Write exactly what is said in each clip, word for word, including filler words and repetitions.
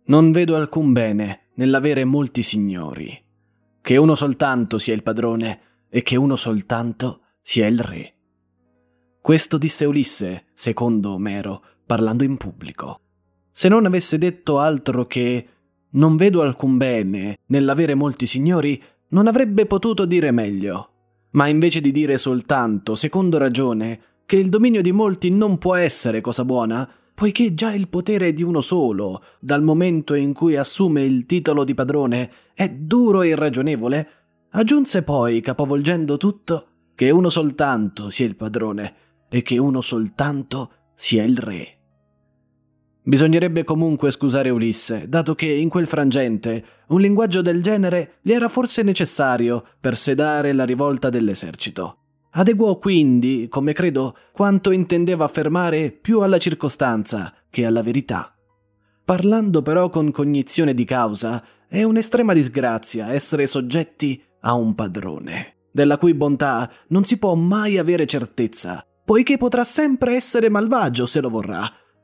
Non vedo alcun bene nell'avere molti signori, che uno soltanto sia il padrone e che uno soltanto sia il re. Questo disse Ulisse, secondo Omero, parlando in pubblico. Se non avesse detto altro che non vedo alcun bene nell'avere molti signori, non avrebbe potuto dire meglio. Ma invece di dire soltanto, secondo ragione, che il dominio di molti non può essere cosa buona, poiché già il potere di uno solo, dal momento in cui assume il titolo di padrone, è duro e irragionevole, aggiunse poi, capovolgendo tutto, che uno soltanto sia il padrone e che uno soltanto sia il re. Bisognerebbe comunque scusare Ulisse, dato che in quel frangente un linguaggio del genere gli era forse necessario per sedare la rivolta dell'esercito. Adeguò quindi, come credo, quanto intendeva affermare più alla circostanza che alla verità. Parlando però con cognizione di causa, è un'estrema disgrazia essere soggetti a un padrone, della cui bontà non si può mai avere certezza, poiché potrà sempre essere malvagio se lo vorrà.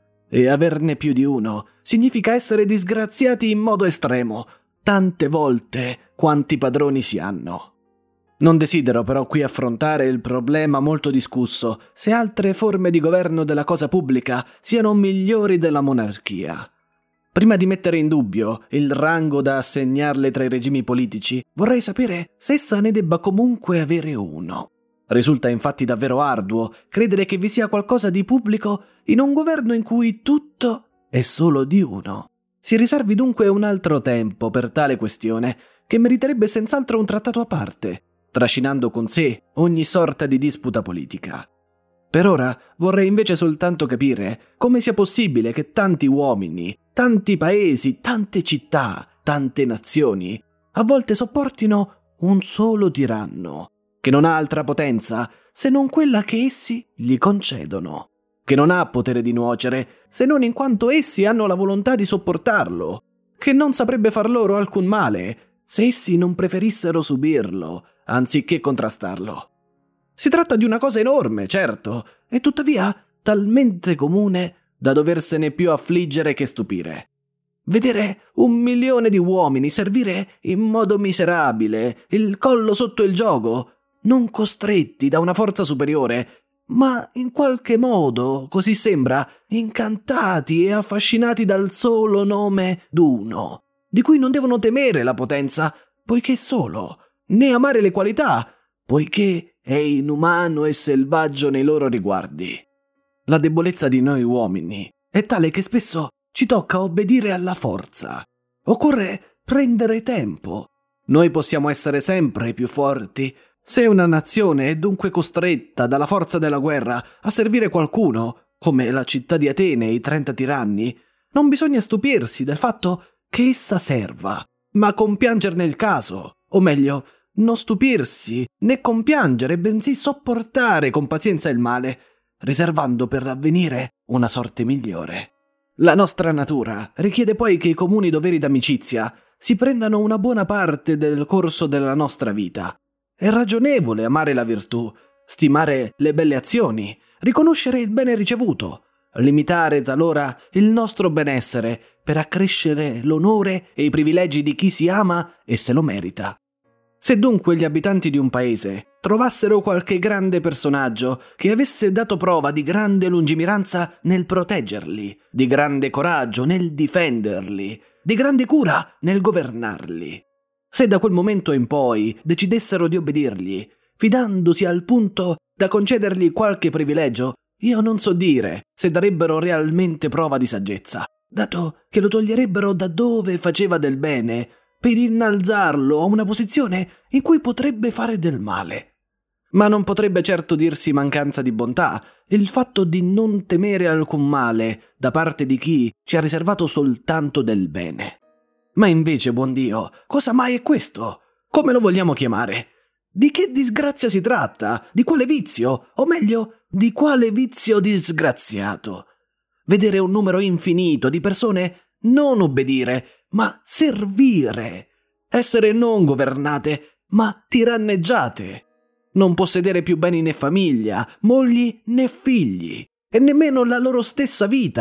E averne più di uno significa essere disgraziati in modo estremo, tante volte quanti padroni si hanno. Non desidero però qui affrontare il problema molto discusso se altre forme di governo della cosa pubblica siano migliori della monarchia. Prima di mettere in dubbio il rango da assegnarle tra i regimi politici, vorrei sapere se essa ne debba comunque avere uno. Risulta infatti davvero arduo credere che vi sia qualcosa di pubblico in un governo in cui tutto è solo di uno. Si riservi dunque un altro tempo per tale questione, che meriterebbe senz'altro un trattato a parte, trascinando con sé ogni sorta di disputa politica. Per ora vorrei invece soltanto capire come sia possibile che tanti uomini, tanti paesi, tante città, tante nazioni a volte sopportino un solo tiranno, che non ha altra potenza se non quella che essi gli concedono, che non ha potere di nuocere se non in quanto essi hanno la volontà di sopportarlo, che non saprebbe far loro alcun male se essi non preferissero subirlo anziché contrastarlo. Si tratta di una cosa enorme, certo, e tuttavia talmente comune da doversene più affliggere che stupire. Vedere un milione di uomini servire in modo miserabile, il collo sotto il giogo, non costretti da una forza superiore, ma in qualche modo, così sembra, incantati e affascinati dal solo nome d'uno, di cui non devono temere la potenza, poiché solo, né amare le qualità, poiché è inumano e selvaggio nei loro riguardi. La debolezza di noi uomini è tale che spesso ci tocca obbedire alla forza. Occorre prendere tempo. Noi possiamo essere sempre più forti. Se una nazione è dunque costretta dalla forza della guerra a servire qualcuno, come la città di Atene e i trenta tiranni, non bisogna stupirsi del fatto che essa serva, ma compiangerne il caso, o meglio, non stupirsi né compiangere, bensì sopportare con pazienza il male, riservando per l'avvenire una sorte migliore. La nostra natura richiede poi che i comuni doveri d'amicizia si prendano una buona parte del corso della nostra vita. È ragionevole amare la virtù, stimare le belle azioni, riconoscere il bene ricevuto, limitare talora il nostro benessere per accrescere l'onore e i privilegi di chi si ama e se lo merita. Se dunque gli abitanti di un paese trovassero qualche grande personaggio che avesse dato prova di grande lungimiranza nel proteggerli, di grande coraggio nel difenderli, di grande cura nel governarli, se da quel momento in poi decidessero di obbedirgli, fidandosi al punto da concedergli qualche privilegio, io non so dire se darebbero realmente prova di saggezza, dato che lo toglierebbero da dove faceva del bene per innalzarlo a una posizione in cui potrebbe fare del male. Ma non potrebbe certo dirsi mancanza di bontà il fatto di non temere alcun male da parte di chi ci ha riservato soltanto del bene. Ma invece, buon Dio, cosa mai è questo? Come lo vogliamo chiamare? Di che disgrazia si tratta? Di quale vizio? O meglio, di quale vizio disgraziato? Vedere un numero infinito di persone non obbedire, ma servire. Essere non governate, ma tiranneggiate. Non possedere più beni né famiglia, mogli né figli, e nemmeno la loro stessa vita,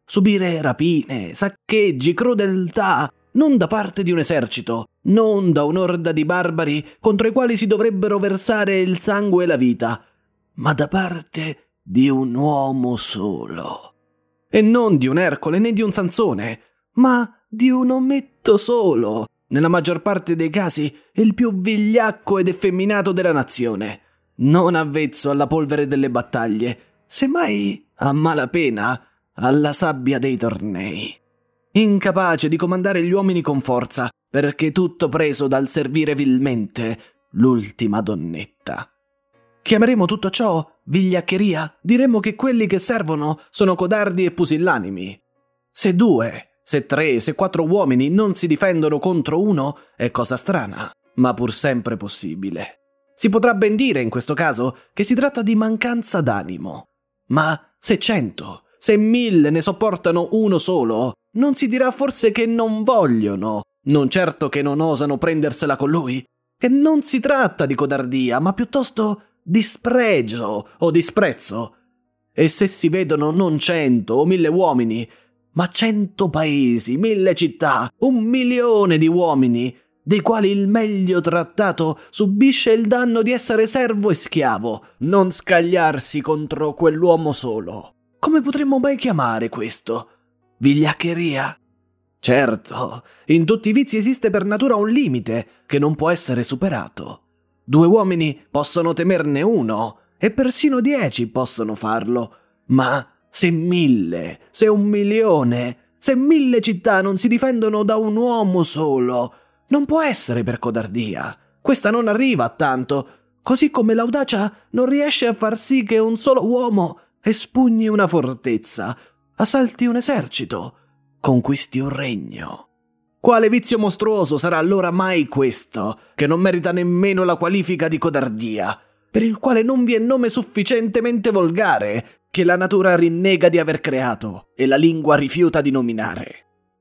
subire rapine, saccheggi, crudeltà, non da parte di un esercito, non da un'orda di barbari contro i quali si dovrebbero versare il sangue e la vita, ma da parte di un uomo solo. E non di un Ercole né di un Sansone, ma di un ometto solo, nella maggior parte dei casi il più vigliacco ed effeminato della nazione, non avvezzo alla polvere delle battaglie, semmai a malapena alla sabbia dei tornei, incapace di comandare gli uomini con forza, perché tutto preso dal servire vilmente l'ultima donnetta. Chiameremo tutto ciò vigliaccheria? Diremmo che quelli che servono sono codardi e pusillanimi. Se due, se tre, se quattro uomini non si difendono contro uno è cosa strana, ma pur sempre possibile. Si potrà ben dire in questo caso che si tratta di mancanza d'animo. Ma se cento, se mille ne sopportano uno solo, non si dirà forse che non vogliono, non certo che non osano prendersela con lui, che non si tratta di codardia, ma piuttosto di spregio o disprezzo. E se si vedono non cento o mille uomini, ma cento paesi, mille città, un milione di uomini, dei quali il meglio trattato subisce il danno di essere servo e schiavo, non scagliarsi contro quell'uomo solo. Come potremmo mai chiamare questo? Vigliaccheria? Certo, in tutti i vizi esiste per natura un limite che non può essere superato. Due uomini possono temerne uno, e persino dieci possono farlo, ma se mille, se un milione, se mille città non si difendono da un uomo solo, non può essere per codardia. Questa non arriva a tanto, così come l'audacia non riesce a far sì che un solo uomo espugni una fortezza, assalti un esercito, conquisti un regno. Quale vizio mostruoso sarà allora mai questo, che non merita nemmeno la qualifica di codardia, per il quale non vi è nome sufficientemente volgare che la natura rinnega di aver creato e la lingua rifiuta di nominare?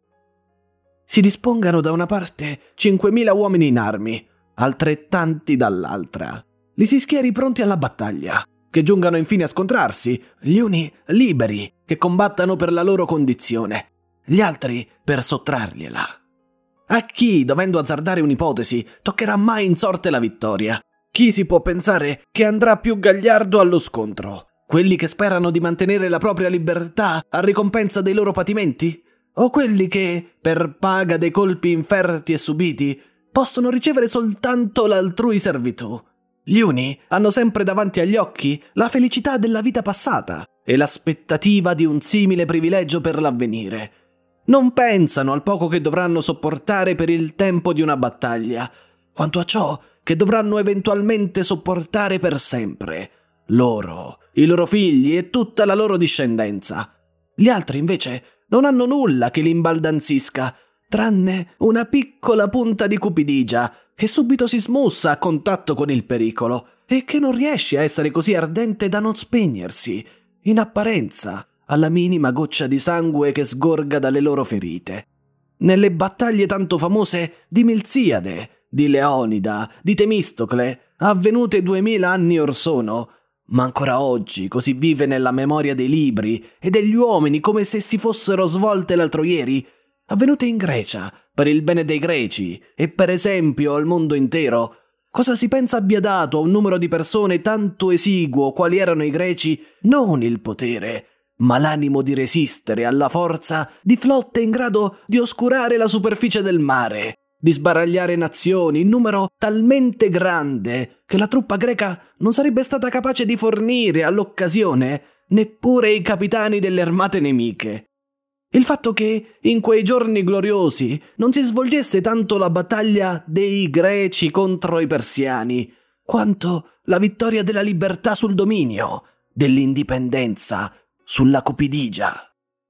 Si dispongano da una parte cinquemila uomini in armi, altrettanti dall'altra. Li si schieri pronti alla battaglia, che giungano infine a scontrarsi, gli uni liberi, che combattano per la loro condizione, gli altri per sottrargliela. A chi, dovendo azzardare un'ipotesi, toccherà mai in sorte la vittoria? Chi si può pensare che andrà più gagliardo allo scontro? Quelli che sperano di mantenere la propria libertà a ricompensa dei loro patimenti? O quelli che, per paga dei colpi inferti e subiti, possono ricevere soltanto l'altrui servitù? Gli uni hanno sempre davanti agli occhi la felicità della vita passata e l'aspettativa di un simile privilegio per l'avvenire. Non pensano al poco che dovranno sopportare per il tempo di una battaglia, quanto a ciò che dovranno eventualmente sopportare per sempre, loro, i loro figli e tutta la loro discendenza. Gli altri, invece, non hanno nulla che li imbaldanzisca, tranne una piccola punta di cupidigia che subito si smussa a contatto con il pericolo e che non riesce a essere così ardente da non spegnersi, in apparenza, alla minima goccia di sangue che sgorga dalle loro ferite. Nelle battaglie tanto famose di Milziade, di Leonida, di Temistocle, avvenute duemila anni or sono, ma ancora oggi così vive nella memoria dei libri e degli uomini come se si fossero svolte l'altro ieri, avvenute in Grecia, per il bene dei greci e per esempio al mondo intero, cosa si pensa abbia dato a un numero di persone tanto esiguo quali erano i greci non il potere, ma l'animo di resistere alla forza di flotte in grado di oscurare la superficie del mare, di sbaragliare nazioni in numero talmente grande che la truppa greca non sarebbe stata capace di fornire all'occasione neppure i capitani delle armate nemiche. Il fatto che in quei giorni gloriosi non si svolgesse tanto la battaglia dei greci contro i persiani, quanto la vittoria della libertà sul dominio, dell'indipendenza sulla cupidigia.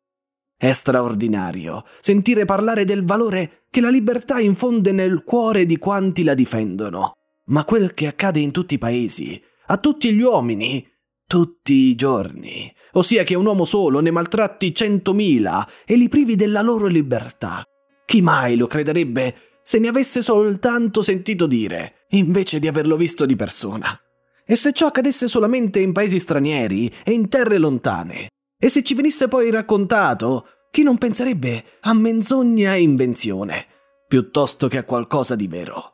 È straordinario sentire parlare del valore che la libertà infonde nel cuore di quanti la difendono, ma quel che accade in tutti i paesi, a tutti gli uomini, tutti i giorni, ossia che un uomo solo ne maltratti centomila e li privi della loro libertà. Chi mai lo crederebbe se ne avesse soltanto sentito dire, invece di averlo visto di persona? E se ciò accadesse solamente in paesi stranieri e in terre lontane? E se ci venisse poi raccontato, chi non penserebbe a menzogna e invenzione, piuttosto che a qualcosa di vero?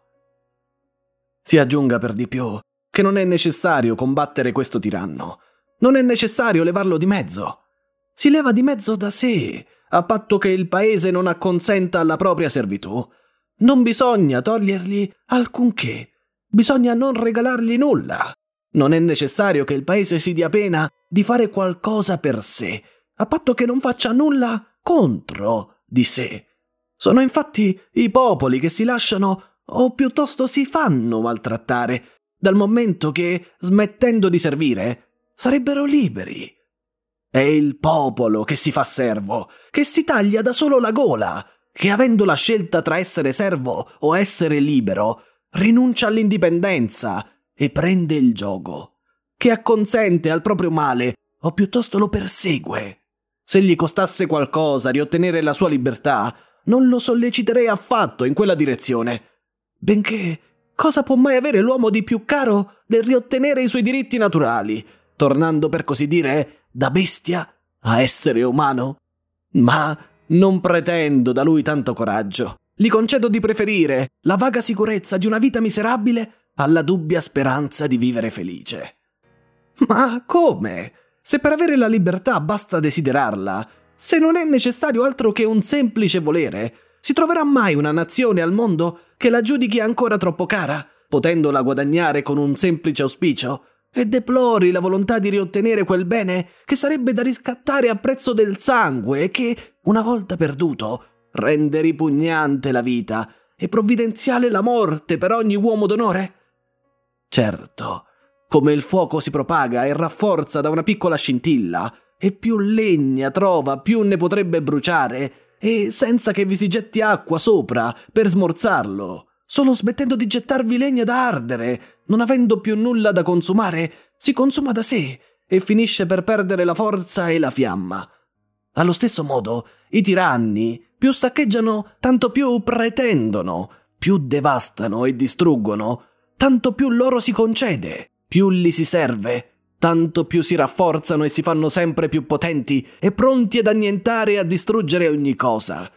Si aggiunga per di più che non è necessario combattere questo tiranno, non è necessario levarlo di mezzo. Si leva di mezzo da sé, a patto che il paese non acconsenta alla propria servitù. Non bisogna togliergli alcunché, bisogna non regalargli nulla. Non è necessario che il paese si dia pena di fare qualcosa per sé, a patto che non faccia nulla contro di sé. Sono infatti i popoli che si lasciano o piuttosto si fanno maltrattare, dal momento che, smettendo di servire, sarebbero liberi. È il popolo che si fa servo, che si taglia da solo la gola, che avendo la scelta tra essere servo o essere libero, rinuncia all'indipendenza e prende il giogo, che acconsente al proprio male o piuttosto lo persegue. Se gli costasse qualcosa riottenere la sua libertà, non lo solleciterei affatto in quella direzione, benché cosa può mai avere l'uomo di più caro del riottenere i suoi diritti naturali, tornando per così dire da bestia a essere umano? Ma non pretendo da lui tanto coraggio. Gli concedo di preferire la vaga sicurezza di una vita miserabile alla dubbia speranza di vivere felice. Ma come? Se per avere la libertà basta desiderarla, se non è necessario altro che un semplice volere, si troverà mai una nazione al mondo che la giudichi ancora troppo cara, potendola guadagnare con un semplice auspicio, e deplori la volontà di riottenere quel bene che sarebbe da riscattare a prezzo del sangue e che, una volta perduto, rende ripugnante la vita e provvidenziale la morte per ogni uomo d'onore? Certo, come il fuoco si propaga e rafforza da una piccola scintilla, e più legna trova, più ne potrebbe bruciare, e senza che vi si getti acqua sopra per smorzarlo. Solo smettendo di gettarvi legna da ardere, non avendo più nulla da consumare, si consuma da sé e finisce per perdere la forza e la fiamma. Allo stesso modo, i tiranni più saccheggiano, tanto più pretendono, più devastano e distruggono, tanto più loro si concede, più li si serve, tanto più si rafforzano e si fanno sempre più potenti e pronti ad annientare e a distruggere ogni cosa.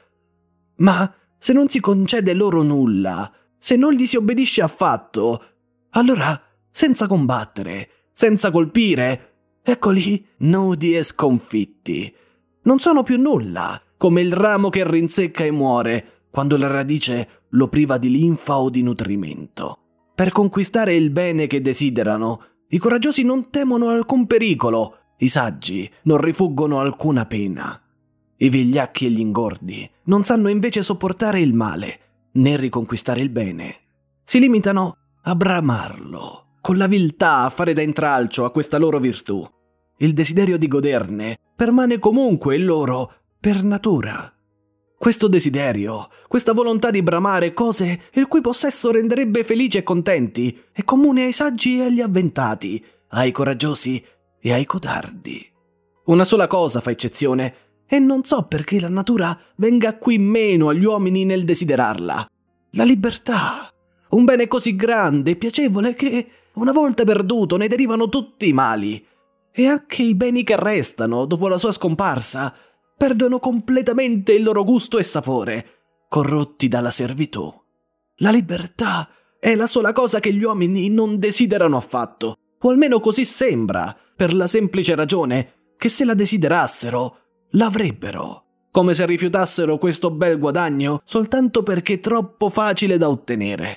Ma se non si concede loro nulla, se non gli si obbedisce affatto, allora, senza combattere, senza colpire, eccoli nudi e sconfitti. Non sono più nulla, come il ramo che rinsecca e muore, quando la radice lo priva di linfa o di nutrimento. Per conquistare il bene che desiderano, i coraggiosi non temono alcun pericolo, i saggi non rifuggono alcuna pena. I vigliacchi e gli ingordi non sanno invece sopportare il male, né riconquistare il bene. Si limitano a bramarlo, con la viltà a fare da intralcio a questa loro virtù. Il desiderio di goderne permane comunque in loro per natura. Questo desiderio, questa volontà di bramare cose il cui possesso renderebbe felici e contenti, è comune ai saggi e agli avventati, ai coraggiosi e ai codardi. Una sola cosa fa eccezione, e non so perché la natura venga qui meno agli uomini nel desiderarla. La libertà, un bene così grande e piacevole che, una volta perduto, ne derivano tutti i mali. E anche i beni che restano, dopo la sua scomparsa, perdono completamente il loro gusto e sapore, corrotti dalla servitù. La libertà è la sola cosa che gli uomini non desiderano affatto, o almeno così sembra, per la semplice ragione che se la desiderassero, l'avrebbero, come se rifiutassero questo bel guadagno soltanto perché troppo facile da ottenere.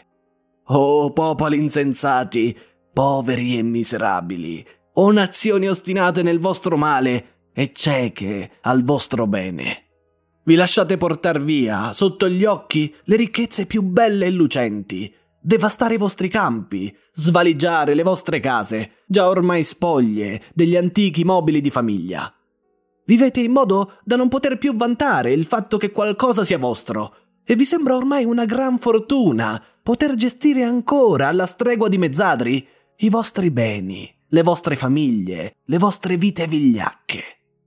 Oh popoli insensati, poveri e miserabili, o nazioni ostinate nel vostro male e cieche al vostro bene. Vi lasciate portar via, sotto gli occhi, le ricchezze più belle e lucenti, devastare i vostri campi, svaligiare le vostre case, già ormai spoglie degli antichi mobili di famiglia. Vivete in modo da non poter più vantare il fatto che qualcosa sia vostro, e vi sembra ormai una gran fortuna poter gestire ancora alla stregua di mezzadri i vostri beni, le vostre famiglie, le vostre vite vigliacche.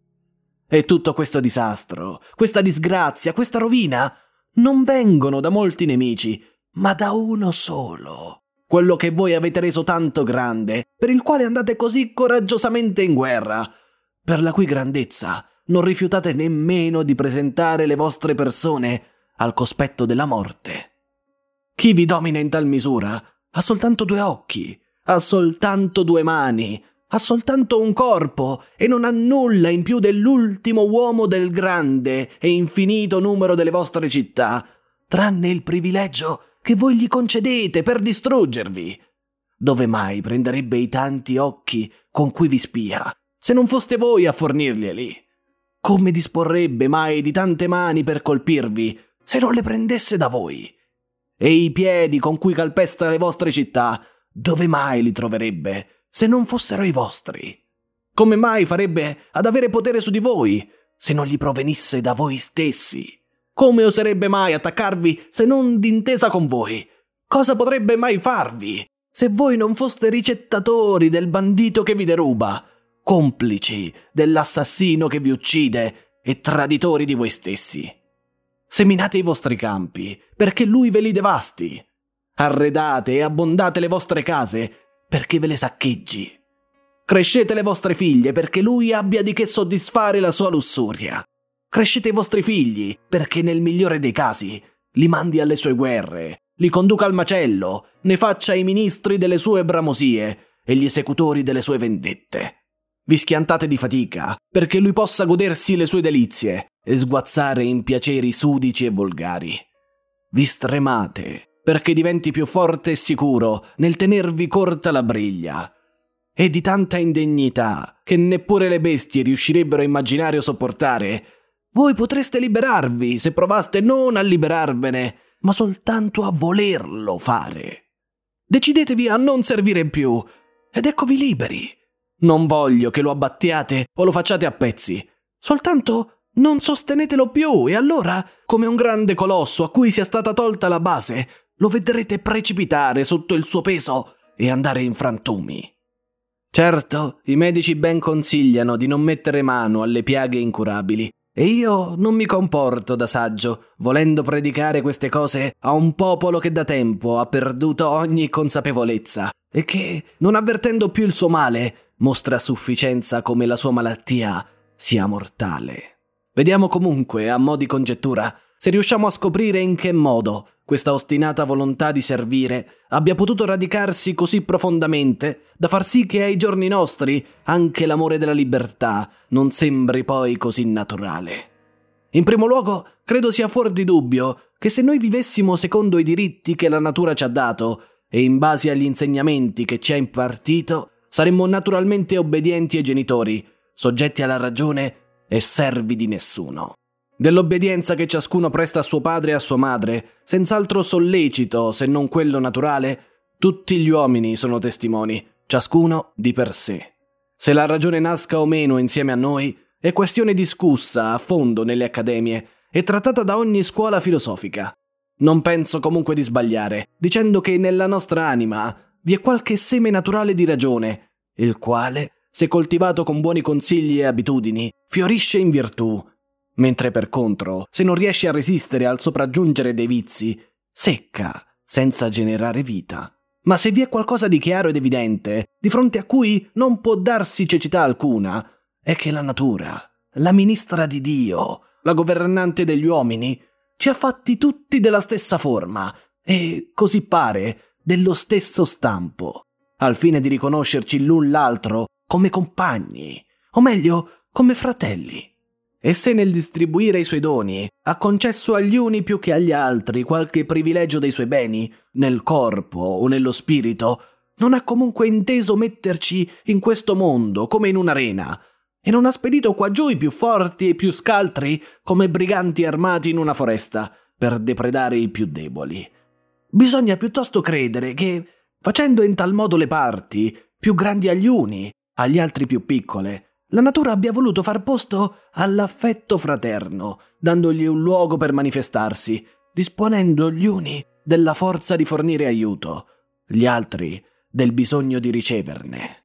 E tutto questo disastro, questa disgrazia, questa rovina non vengono da molti nemici, ma da uno solo, quello che voi avete reso tanto grande, per il quale andate così coraggiosamente in guerra, per la cui grandezza non rifiutate nemmeno di presentare le vostre persone al cospetto della morte. Chi vi domina in tal misura ha soltanto due occhi, ha soltanto due mani, ha soltanto un corpo e non ha nulla in più dell'ultimo uomo del grande e infinito numero delle vostre città, tranne il privilegio che voi gli concedete per distruggervi. Dove mai prenderebbe i tanti occhi con cui vi spia, se non foste voi a fornirglieli? Come disporrebbe mai di tante mani per colpirvi, se non le prendesse da voi? E i piedi con cui calpesta le vostre città, dove mai li troverebbe, se non fossero i vostri? Come mai farebbe ad avere potere su di voi, se non gli provenisse da voi stessi? Come oserebbe mai attaccarvi, se non d'intesa con voi? Cosa potrebbe mai farvi, se voi non foste ricettatori del bandito che vi deruba, complici dell'assassino che vi uccide e traditori di voi stessi? Seminate i vostri campi, perché lui ve li devasti. Arredate e abbondate le vostre case, perché ve le saccheggi. Crescete le vostre figlie, perché lui abbia di che soddisfare la sua lussuria. Crescete i vostri figli, perché nel migliore dei casi li mandi alle sue guerre, li conduca al macello, ne faccia i ministri delle sue bramosie e gli esecutori delle sue vendette. Vi schiantate di fatica, perché lui possa godersi le sue delizie e sguazzare in piaceri sudici e volgari. Vi stremate, perché diventi più forte e sicuro nel tenervi corta la briglia. E di tanta indegnità che neppure le bestie riuscirebbero a immaginare o sopportare, voi potreste liberarvi se provaste non a liberarvene, ma soltanto a volerlo fare. Decidetevi a non servire più, ed eccovi liberi. Non voglio che lo abbattiate o lo facciate a pezzi, soltanto non sostenetelo più e allora, come un grande colosso a cui sia stata tolta la base, lo vedrete precipitare sotto il suo peso e andare in frantumi. Certo, i medici ben consigliano di non mettere mano alle piaghe incurabili, e io non mi comporto da saggio, volendo predicare queste cose a un popolo che da tempo ha perduto ogni consapevolezza e che, non avvertendo più il suo male, mostra a sufficienza come la sua malattia sia mortale. Vediamo comunque, a mo' di congettura, se riusciamo a scoprire in che modo questa ostinata volontà di servire abbia potuto radicarsi così profondamente da far sì che ai giorni nostri anche l'amore della libertà non sembri poi così naturale. In primo luogo, credo sia fuor di dubbio che se noi vivessimo secondo i diritti che la natura ci ha dato e in base agli insegnamenti che ci ha impartito, saremmo naturalmente obbedienti ai genitori, soggetti alla ragione e servi di nessuno. Dell'obbedienza che ciascuno presta a suo padre e a sua madre, senz'altro sollecito se non quello naturale, tutti gli uomini sono testimoni, ciascuno di per sé. Se la ragione nasca o meno insieme a noi è questione discussa a fondo nelle accademie e trattata da ogni scuola filosofica. Non penso comunque di sbagliare, dicendo che nella nostra anima vi è qualche seme naturale di ragione, il quale, se coltivato con buoni consigli e abitudini, fiorisce in virtù, mentre per contro, se non riesce a resistere al sopraggiungere dei vizi, secca senza generare vita. Ma se vi è qualcosa di chiaro ed evidente, di fronte a cui non può darsi cecità alcuna, è che la natura, la ministra di Dio, la governante degli uomini, ci ha fatti tutti della stessa forma e, così pare, dello stesso stampo, al fine di riconoscerci l'un l'altro come compagni, o meglio, come fratelli. E se nel distribuire i suoi doni ha concesso agli uni più che agli altri qualche privilegio dei suoi beni, nel corpo o nello spirito, non ha comunque inteso metterci in questo mondo come in un'arena, e non ha spedito qua giù i più forti e i più scaltri come briganti armati in una foresta per depredare i più deboli. Bisogna piuttosto credere che, facendo in tal modo le parti, più grandi agli uni, agli altri più piccole, la natura abbia voluto far posto all'affetto fraterno, dandogli un luogo per manifestarsi, disponendo gli uni della forza di fornire aiuto, gli altri del bisogno di riceverne.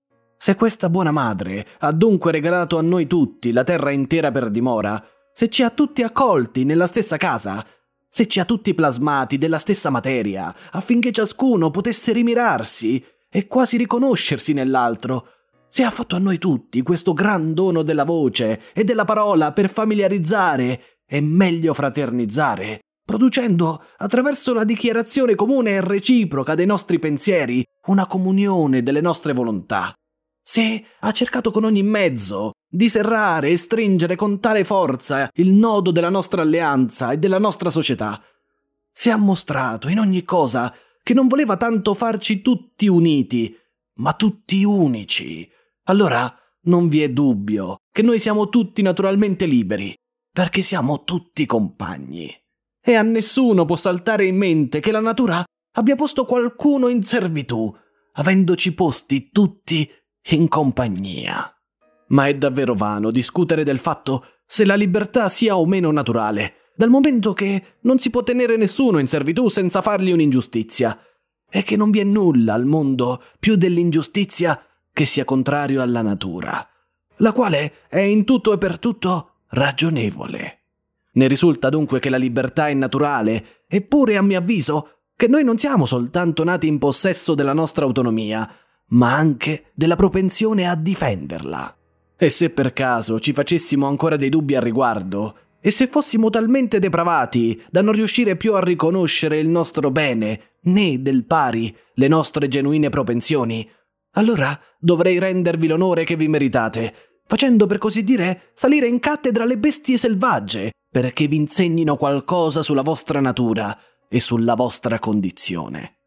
Se questa buona madre ha dunque regalato a noi tutti la terra intera per dimora, se ci ha tutti accolti nella stessa casa, se ci ha tutti plasmati della stessa materia, affinché ciascuno potesse rimirarsi e quasi riconoscersi nell'altro, Se ha fatto a noi tutti questo gran dono della voce e della parola per familiarizzare e meglio fraternizzare, producendo, attraverso la dichiarazione comune e reciproca dei nostri pensieri, una comunione delle nostre volontà. Se ha cercato con ogni mezzo di serrare e stringere con tale forza il nodo della nostra alleanza e della nostra società, se ha mostrato in ogni cosa che non voleva tanto farci tutti uniti, ma tutti unici, allora non vi è dubbio che noi siamo tutti naturalmente liberi, perché siamo tutti compagni. E a nessuno può saltare in mente che la natura abbia posto qualcuno in servitù, avendoci posti tutti in compagnia. Ma è davvero vano discutere del fatto se la libertà sia o meno naturale, dal momento che non si può tenere nessuno in servitù senza fargli un'ingiustizia, e che non vi è nulla al mondo più dell'ingiustizia che sia contrario alla natura, la quale è in tutto e per tutto ragionevole. Ne risulta dunque che la libertà è naturale, eppure a mio avviso che noi non siamo soltanto nati in possesso della nostra autonomia, ma anche della propensione a difenderla. E se per caso ci facessimo ancora dei dubbi al riguardo, e se fossimo talmente depravati da non riuscire più a riconoscere il nostro bene, né del pari le nostre genuine propensioni, allora dovrei rendervi l'onore che vi meritate, facendo per così dire salire in cattedra le bestie selvagge, perché vi insegnino qualcosa sulla vostra natura e sulla vostra condizione.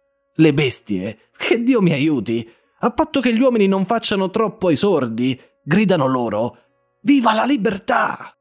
Le bestie, che Dio mi aiuti, a patto che gli uomini non facciano troppo ai sordi, gridano loro: «Viva la libertà!»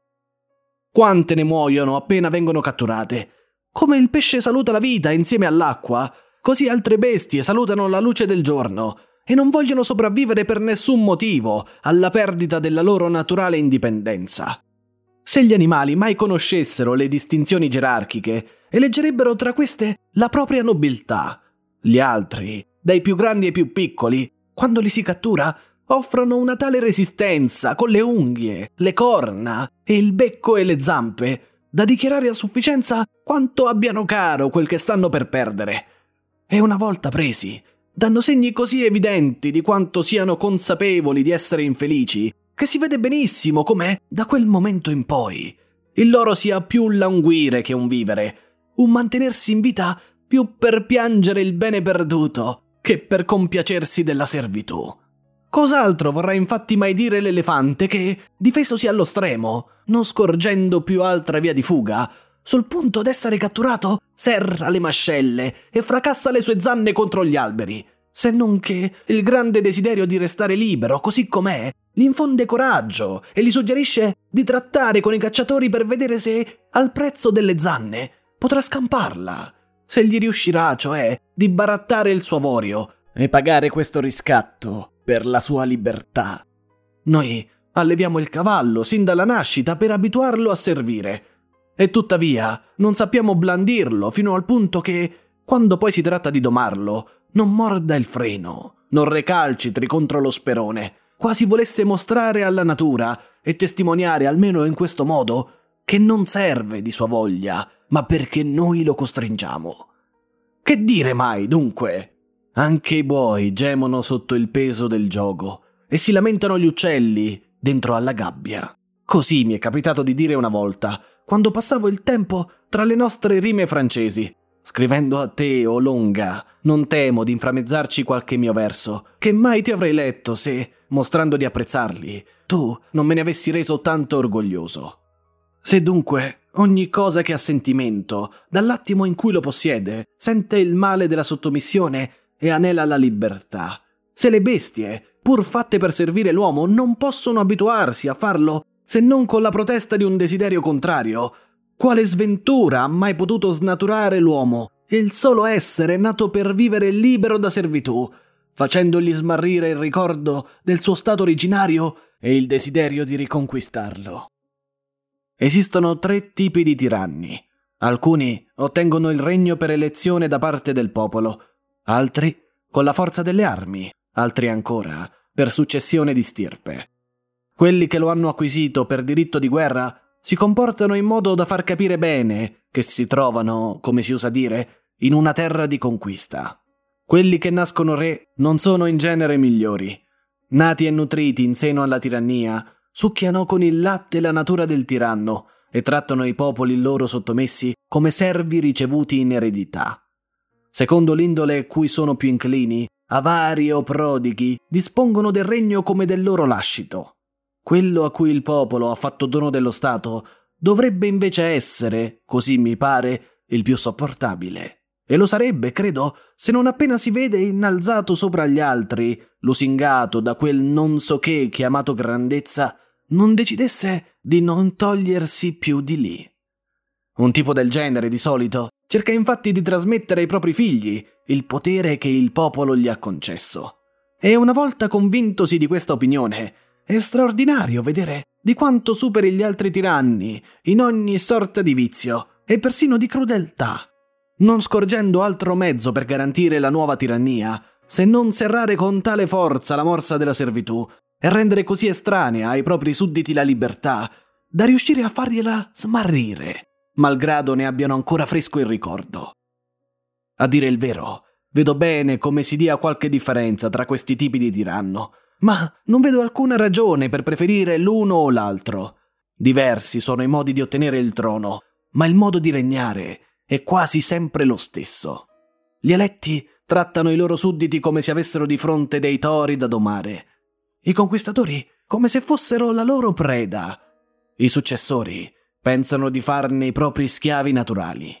Quante ne muoiono appena vengono catturate? Come il pesce saluta la vita insieme all'acqua, così altre bestie salutano la luce del giorno e non vogliono sopravvivere per nessun motivo alla perdita della loro naturale indipendenza. Se gli animali mai conoscessero le distinzioni gerarchiche, eleggerebbero tra queste la propria nobiltà. Gli altri, dai più grandi ai più piccoli, quando li si cattura, offrono una tale resistenza con le unghie, le corna e il becco e le zampe da dichiarare a sufficienza quanto abbiano caro quel che stanno per perdere. E una volta presi, danno segni così evidenti di quanto siano consapevoli di essere infelici, che si vede benissimo come, da quel momento in poi, il loro sia più un languire che un vivere, un mantenersi in vita più per piangere il bene perduto che per compiacersi della servitù. Cos'altro vorrà infatti mai dire l'elefante che, difesosi allo stremo, non scorgendo più altra via di fuga, sul punto d'essere catturato, serra le mascelle e fracassa le sue zanne contro gli alberi, se non che il grande desiderio di restare libero così com'è gli infonde coraggio e gli suggerisce di trattare con i cacciatori per vedere se, al prezzo delle zanne, potrà scamparla, se gli riuscirà, cioè, di barattare il suo avorio e pagare questo riscatto per la sua libertà. Noi alleviamo il cavallo sin dalla nascita per abituarlo a servire, e tuttavia non sappiamo blandirlo fino al punto che, quando poi si tratta di domarlo, non morda il freno, non recalcitri contro lo sperone, quasi volesse mostrare alla natura e testimoniare almeno in questo modo che non serve di sua voglia, ma perché noi lo costringiamo. Che dire mai, dunque? Anche i buoi gemono sotto il peso del giogo e si lamentano gli uccelli dentro alla gabbia. Così mi è capitato di dire una volta, quando passavo il tempo tra le nostre rime francesi. Scrivendo a te, o Longa, non temo di inframmezzarci qualche mio verso, che mai ti avrei letto se, mostrando di apprezzarli, tu non me ne avessi reso tanto orgoglioso. Se dunque ogni cosa che ha sentimento, dall'attimo in cui lo possiede, sente il male della sottomissione e anela la libertà, se le bestie, pur fatte per servire l'uomo, non possono abituarsi a farlo se non con la protesta di un desiderio contrario, quale sventura ha mai potuto snaturare l'uomo, il solo essere nato per vivere libero da servitù, facendogli smarrire il ricordo del suo stato originario e il desiderio di riconquistarlo? Esistono tre tipi di tiranni. Alcuni ottengono il regno per elezione da parte del popolo, altri con la forza delle armi, altri ancora per successione di stirpe. Quelli che lo hanno acquisito per diritto di guerra si comportano in modo da far capire bene che si trovano, come si usa dire, in una terra di conquista. Quelli che nascono re non sono in genere migliori, nati e nutriti in seno alla tirannia, succhiano con il latte la natura del tiranno e trattano i popoli loro sottomessi come servi ricevuti in eredità. Secondo l'indole cui sono più inclini, avari o prodighi dispongono del regno come del loro lascito. Quello a cui il popolo ha fatto dono dello Stato dovrebbe invece essere, così mi pare, il più sopportabile. E lo sarebbe, credo, se non appena si vede innalzato sopra gli altri, lusingato da quel non so che chiamato grandezza, non decidesse di non togliersi più di lì. Un tipo del genere, di solito, cerca infatti di trasmettere ai propri figli il potere che il popolo gli ha concesso. E una volta convintosi di questa opinione, è straordinario vedere di quanto superi gli altri tiranni in ogni sorta di vizio e persino di crudeltà, non scorgendo altro mezzo per garantire la nuova tirannia se non serrare con tale forza la morsa della servitù e rendere così estranea ai propri sudditi la libertà da riuscire a fargliela smarrire, malgrado ne abbiano ancora fresco il ricordo. A dire il vero, vedo bene come si dia qualche differenza tra questi tipi di tiranno, ma non vedo alcuna ragione per preferire l'uno o l'altro. Diversi sono i modi di ottenere il trono, ma il modo di regnare è quasi sempre lo stesso. Gli eletti trattano i loro sudditi come se avessero di fronte dei tori da domare, i conquistatori come se fossero la loro preda, i successori pensano di farne i propri schiavi naturali.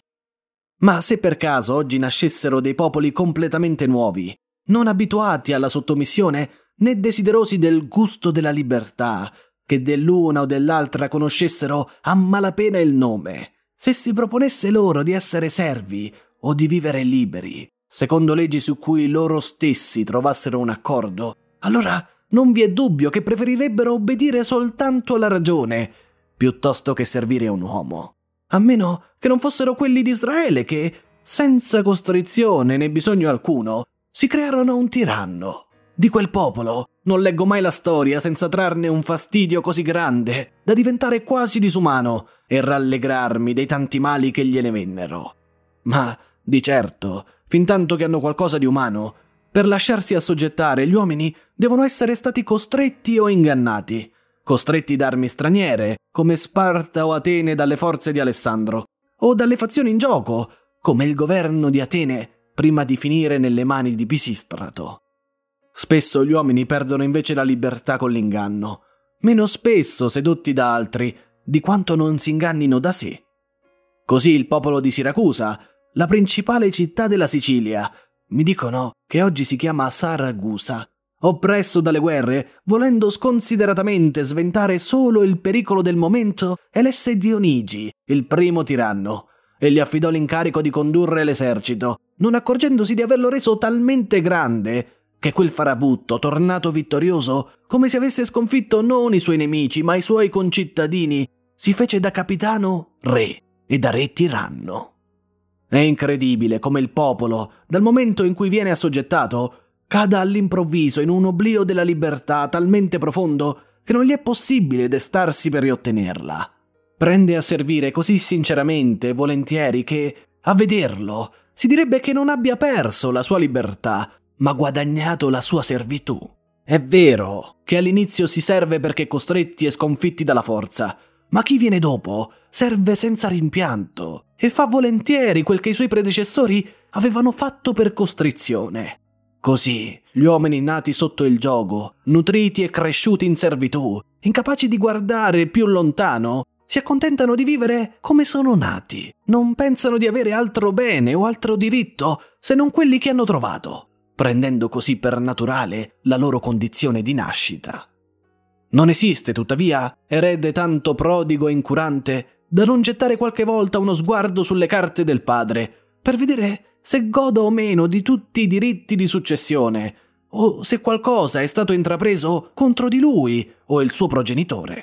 Ma se per caso oggi nascessero dei popoli completamente nuovi, non abituati alla sottomissione né desiderosi del gusto della libertà, che dell'una o dell'altra conoscessero a malapena il nome, se si proponesse loro di essere servi o di vivere liberi, secondo leggi su cui loro stessi trovassero un accordo, allora non vi è dubbio che preferirebbero obbedire soltanto alla ragione, piuttosto che servire un uomo. A meno che non fossero quelli di Israele che, senza costrizione né bisogno alcuno, si crearono un tiranno. Di quel popolo non leggo mai la storia senza trarne un fastidio così grande da diventare quasi disumano e rallegrarmi dei tanti mali che gliene vennero. Ma, di certo, fintanto che hanno qualcosa di umano, per lasciarsi assoggettare gli uomini devono essere stati costretti o ingannati, costretti da armi straniere, come Sparta o Atene dalle forze di Alessandro, o dalle fazioni in gioco, come il governo di Atene prima di finire nelle mani di Pisistrato. Spesso gli uomini perdono invece la libertà con l'inganno, meno spesso sedotti da altri di quanto non si ingannino da sé. Così il popolo di Siracusa, la principale città della Sicilia, mi dicono che oggi si chiama Saragusa, oppresso dalle guerre, volendo sconsideratamente sventare solo il pericolo del momento, elesse Dionigi, il primo tiranno, e gli affidò l'incarico di condurre l'esercito, non accorgendosi di averlo reso talmente grande che quel farabutto, tornato vittorioso, come se avesse sconfitto non i suoi nemici ma i suoi concittadini, si fece da capitano re e da re tiranno. È incredibile come il popolo, dal momento in cui viene assoggettato, cada all'improvviso in un oblio della libertà talmente profondo che non gli è possibile destarsi per riottenerla. Prende a servire così sinceramente e volentieri che, a vederlo, si direbbe che non abbia perso la sua libertà, ma guadagnato la sua servitù. È vero che all'inizio si serve perché costretti e sconfitti dalla forza, ma chi viene dopo serve senza rimpianto e fa volentieri quel che i suoi predecessori avevano fatto per costrizione. Così gli uomini nati sotto il giogo, nutriti e cresciuti in servitù, incapaci di guardare più lontano, si accontentano di vivere come sono nati, non pensano di avere altro bene o altro diritto se non quelli che hanno trovato, prendendo così per naturale la loro condizione di nascita. Non esiste, tuttavia, erede tanto prodigo e incurante da non gettare qualche volta uno sguardo sulle carte del padre per vedere se goda o meno di tutti i diritti di successione o se qualcosa è stato intrapreso contro di lui o il suo progenitore.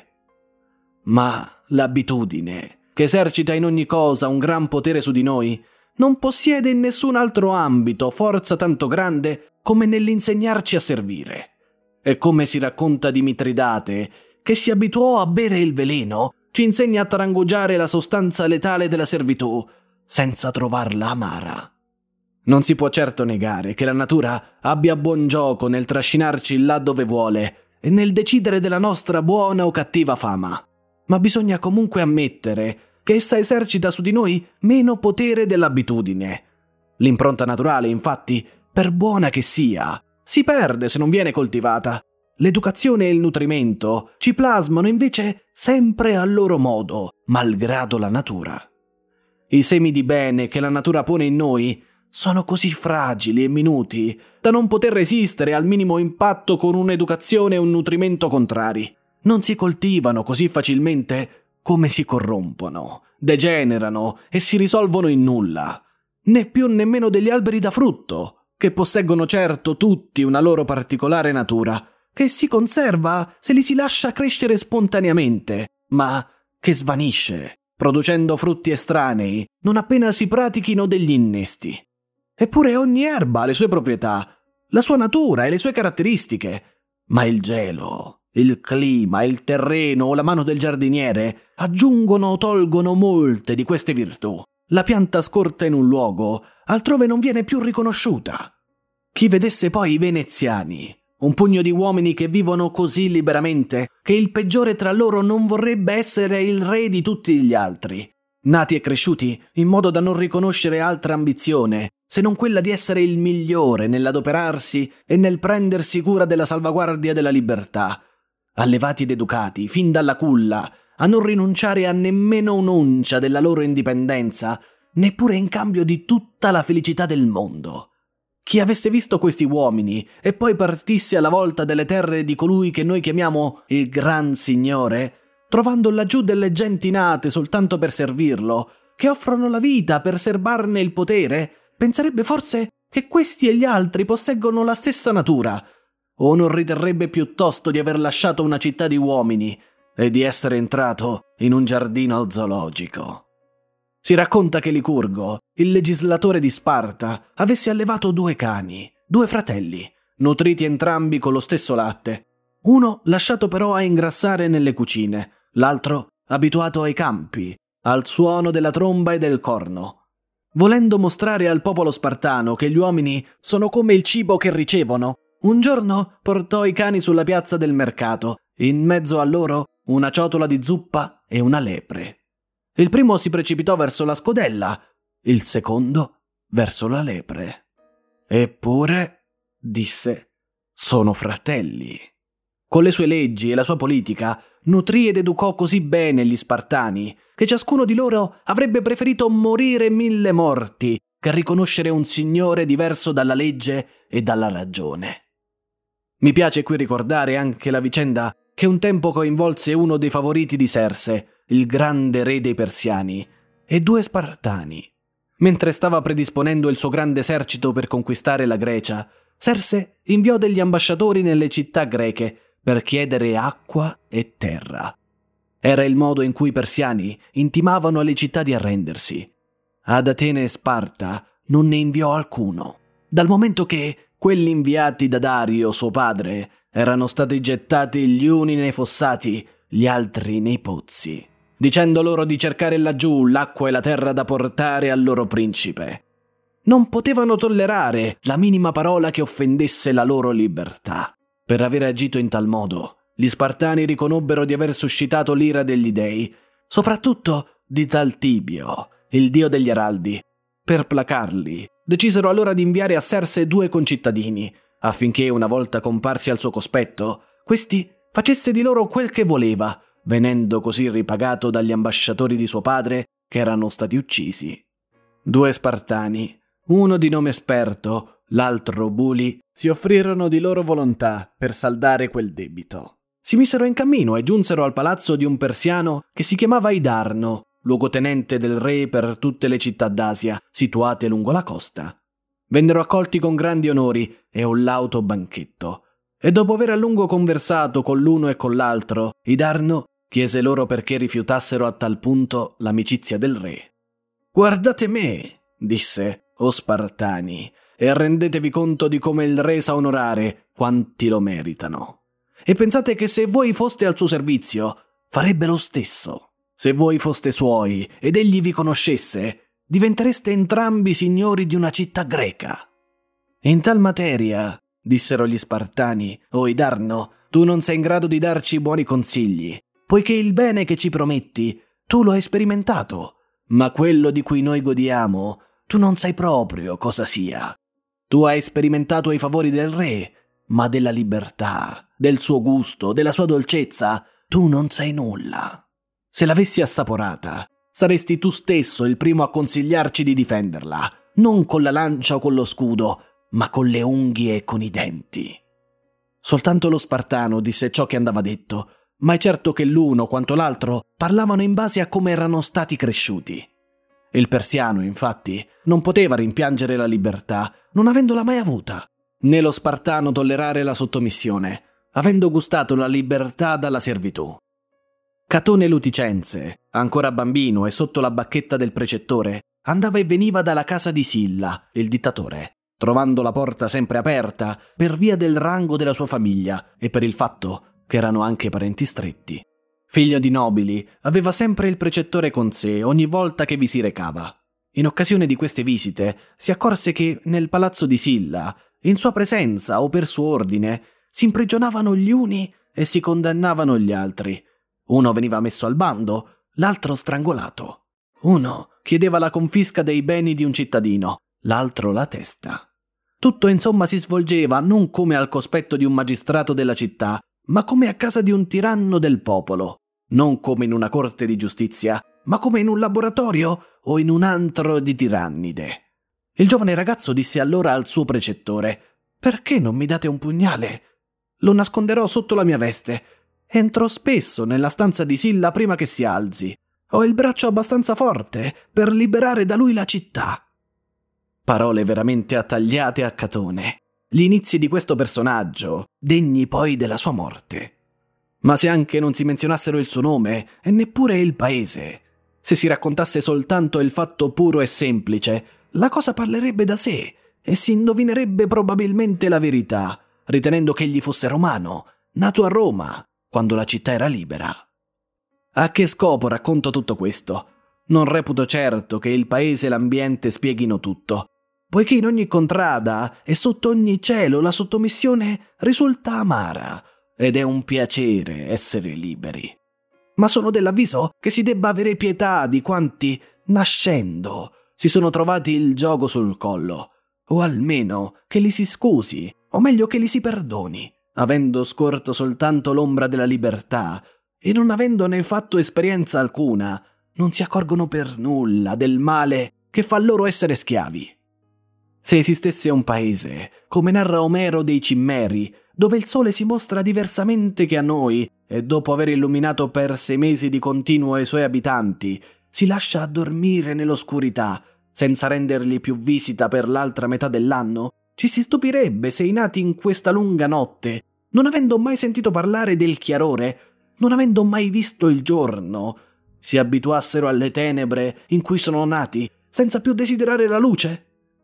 Ma l'abitudine, che esercita in ogni cosa un gran potere su di noi, non possiede in nessun altro ambito forza tanto grande come nell'insegnarci a servire. E come si racconta di Mitridate, che si abituò a bere il veleno, ci insegna a trangugiare la sostanza letale della servitù, senza trovarla amara. Non si può certo negare che la natura abbia buon gioco nel trascinarci là dove vuole e nel decidere della nostra buona o cattiva fama, ma bisogna comunque ammettere che essa esercita su di noi meno potere dell'abitudine. L'impronta naturale, infatti, per buona che sia, si perde se non viene coltivata. L'educazione e il nutrimento ci plasmano invece sempre a loro modo, malgrado la natura. I semi di bene che la natura pone in noi sono così fragili e minuti da non poter resistere al minimo impatto con un'educazione e un nutrimento contrari. Non si coltivano così facilmente come si corrompono, degenerano e si risolvono in nulla, né più nemmeno degli alberi da frutto, che posseggono certo tutti una loro particolare natura, che si conserva se li si lascia crescere spontaneamente, ma che svanisce, producendo frutti estranei non appena si pratichino degli innesti. Eppure ogni erba ha le sue proprietà, la sua natura e le sue caratteristiche, ma il gelo, il clima, il terreno o la mano del giardiniere aggiungono o tolgono molte di queste virtù. La pianta scorta in un luogo altrove non viene più riconosciuta. Chi vedesse poi i veneziani, un pugno di uomini che vivono così liberamente che il peggiore tra loro non vorrebbe essere il re di tutti gli altri, nati e cresciuti in modo da non riconoscere altra ambizione se non quella di essere il migliore nell'adoperarsi e nel prendersi cura della salvaguardia della libertà, allevati ed educati fin dalla culla a non rinunciare a nemmeno un'oncia della loro indipendenza, neppure in cambio di tutta la felicità del mondo. Chi avesse visto questi uomini e poi partisse alla volta delle terre di colui che noi chiamiamo il Gran Signore, trovando laggiù delle genti nate soltanto per servirlo, che offrono la vita per serbarne il potere, penserebbe forse che questi e gli altri posseggono la stessa natura, o non riterrebbe piuttosto di aver lasciato una città di uomini e di essere entrato in un giardino zoologico. Si racconta che Licurgo, il legislatore di Sparta, avesse allevato due cani, due fratelli, nutriti entrambi con lo stesso latte, uno lasciato però a ingrassare nelle cucine, l'altro abituato ai campi, al suono della tromba e del corno. Volendo mostrare al popolo spartano che gli uomini sono come il cibo che ricevono, un giorno portò i cani sulla piazza del mercato, in mezzo a loro una ciotola di zuppa e una lepre. Il primo si precipitò verso la scodella, il secondo verso la lepre. Eppure, disse, sono fratelli. Con le sue leggi e la sua politica nutrì ed educò così bene gli spartani che ciascuno di loro avrebbe preferito morire mille morti che riconoscere un signore diverso dalla legge e dalla ragione. Mi piace qui ricordare anche la vicenda che un tempo coinvolse uno dei favoriti di Serse, il grande re dei Persiani, e due spartani. Mentre stava predisponendo il suo grande esercito per conquistare la Grecia, Serse inviò degli ambasciatori nelle città greche per chiedere acqua e terra. Era il modo in cui i persiani intimavano alle città di arrendersi. Ad Atene e Sparta non ne inviò alcuno, dal momento che quelli inviati da Dario, suo padre, erano stati gettati gli uni nei fossati, gli altri nei pozzi, dicendo loro di cercare laggiù l'acqua e la terra da portare al loro principe. Non potevano tollerare la minima parola che offendesse la loro libertà. Per aver agito in tal modo, gli Spartani riconobbero di aver suscitato l'ira degli dei, soprattutto di tal Tibio, il dio degli araldi. Per placarli, decisero allora di inviare a Serse due concittadini, affinché, una volta comparsi al suo cospetto, questi facesse di loro quel che voleva, venendo così ripagato dagli ambasciatori di suo padre che erano stati uccisi. Due Spartani, uno di nome Sperto, l'altro Buli, si offrirono di loro volontà per saldare quel debito. Si misero in cammino e giunsero al palazzo di un persiano che si chiamava Idarno, luogotenente del re per tutte le città d'Asia situate lungo la costa. Vennero accolti con grandi onori e un lauto banchetto, e dopo aver a lungo conversato con l'uno e con l'altro, Idarno chiese loro perché rifiutassero a tal punto l'amicizia del re. «Guardate me», disse, «o Spartani, e rendetevi conto di come il re sa onorare quanti lo meritano. E pensate che se voi foste al suo servizio, farebbe lo stesso. Se voi foste suoi ed egli vi conoscesse, diventereste entrambi signori di una città greca. In tal materia, dissero gli Spartani, o Idarno, tu non sei in grado di darci buoni consigli, poiché il bene che ci prometti tu lo hai sperimentato, ma quello di cui noi godiamo tu non sai proprio cosa sia. Tu hai sperimentato i favori del re, ma della libertà, del suo gusto, della sua dolcezza, tu non sai nulla. Se l'avessi assaporata, saresti tu stesso il primo a consigliarci di difenderla, non con la lancia o con lo scudo, ma con le unghie e con i denti. Soltanto lo Spartano disse ciò che andava detto, ma è certo che l'uno quanto l'altro parlavano in base a come erano stati cresciuti. Il persiano, infatti, non poteva rimpiangere la libertà, non avendola mai avuta, né lo Spartano tollerare la sottomissione, avendo gustato la libertà dalla servitù. Catone Luticense, ancora bambino e sotto la bacchetta del precettore, andava e veniva dalla casa di Silla, il dittatore, trovando la porta sempre aperta per via del rango della sua famiglia e per il fatto che erano anche parenti stretti. Figlio di nobili, aveva sempre il precettore con sé ogni volta che vi si recava. In occasione di queste visite si accorse che nel palazzo di Silla, in sua presenza o per suo ordine, si imprigionavano gli uni e si condannavano gli altri. Uno veniva messo al bando, l'altro strangolato. Uno chiedeva la confisca dei beni di un cittadino, l'altro la testa. Tutto insomma si svolgeva non come al cospetto di un magistrato della città, ma come a casa di un tiranno del popolo, non come in una corte di giustizia, ma come in un laboratorio o in un antro di tirannide. Il giovane ragazzo disse allora al suo precettore: «Perché non mi date un pugnale? Lo nasconderò sotto la mia veste. Entro spesso nella stanza di Silla prima che si alzi. Ho il braccio abbastanza forte per liberare da lui la città». Parole veramente attagliate a Catone. Gli inizi di questo personaggio, degni poi della sua morte. Ma se anche non si menzionassero il suo nome e neppure il paese, se si raccontasse soltanto il fatto puro e semplice, la cosa parlerebbe da sé e si indovinerebbe probabilmente la verità, ritenendo che egli fosse romano, nato a Roma, quando la città era libera. A che scopo racconto tutto questo? Non reputo certo che il paese e l'ambiente spieghino tutto, poiché in ogni contrada e sotto ogni cielo la sottomissione risulta amara ed è un piacere essere liberi. Ma sono dell'avviso che si debba avere pietà di quanti, nascendo, si sono trovati il giogo sul collo, o almeno che li si scusi, o meglio che li si perdoni, avendo scorto soltanto l'ombra della libertà e non avendone fatto esperienza alcuna, non si accorgono per nulla del male che fa loro essere schiavi. Se esistesse un paese, come narra Omero dei Cimmeri, dove il sole si mostra diversamente che a noi e dopo aver illuminato per sei mesi di continuo i suoi abitanti, si lascia addormire nell'oscurità, senza rendergli più visita per l'altra metà dell'anno, ci si stupirebbe se i nati in questa lunga notte, non avendo mai sentito parlare del chiarore, non avendo mai visto il giorno, si abituassero alle tenebre in cui sono nati, senza più desiderare la luce?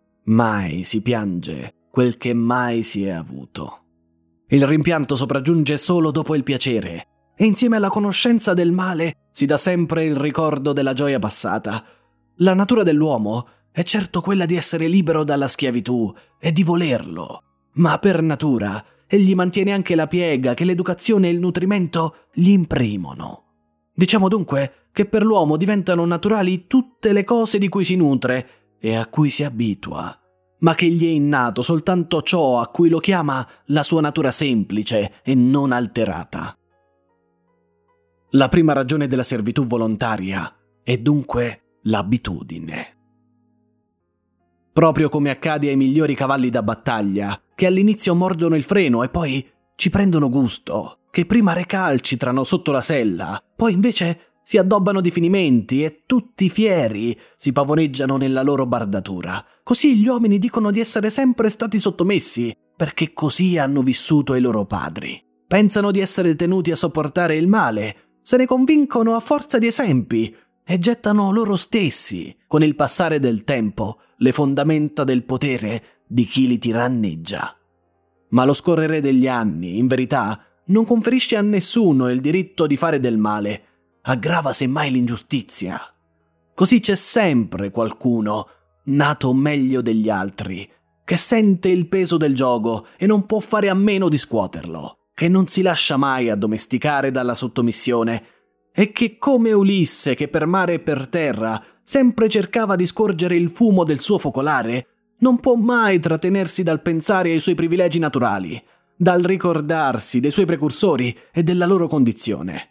Mai si piange quel che mai si è avuto. Il rimpianto sopraggiunge solo dopo il piacere, e insieme alla conoscenza del male si dà sempre il ricordo della gioia passata. La natura dell'uomo è certo quella di essere libero dalla schiavitù e di volerlo, ma per natura egli mantiene anche la piega che l'educazione e il nutrimento gli imprimono. Diciamo dunque che per l'uomo diventano naturali tutte le cose di cui si nutre e a cui si abitua, ma che gli è innato soltanto ciò a cui lo chiama la sua natura semplice e non alterata. La prima ragione della servitù volontaria è dunque l'abitudine. Proprio come accade ai migliori cavalli da battaglia, che all'inizio mordono il freno e poi ci prendono gusto, che prima recalcitrano sotto la sella, poi invece si addobbano di finimenti e tutti fieri si pavoneggiano nella loro bardatura. Così gli uomini dicono di essere sempre stati sottomessi, perché così hanno vissuto i loro padri. Pensano di essere tenuti a sopportare il male, se ne convincono a forza di esempi e gettano loro stessi, con il passare del tempo, le fondamenta del potere di chi li tiranneggia. Ma lo scorrere degli anni, in verità, non conferisce a nessuno il diritto di fare del male, aggrava semmai l'ingiustizia. Così c'è sempre qualcuno, nato meglio degli altri, che sente il peso del giogo e non può fare a meno di scuoterlo, che non si lascia mai addomesticare dalla sottomissione e che, come Ulisse che per mare e per terra sempre cercava di scorgere il fumo del suo focolare, non può mai trattenersi dal pensare ai suoi privilegi naturali, dal ricordarsi dei suoi precursori e della loro condizione.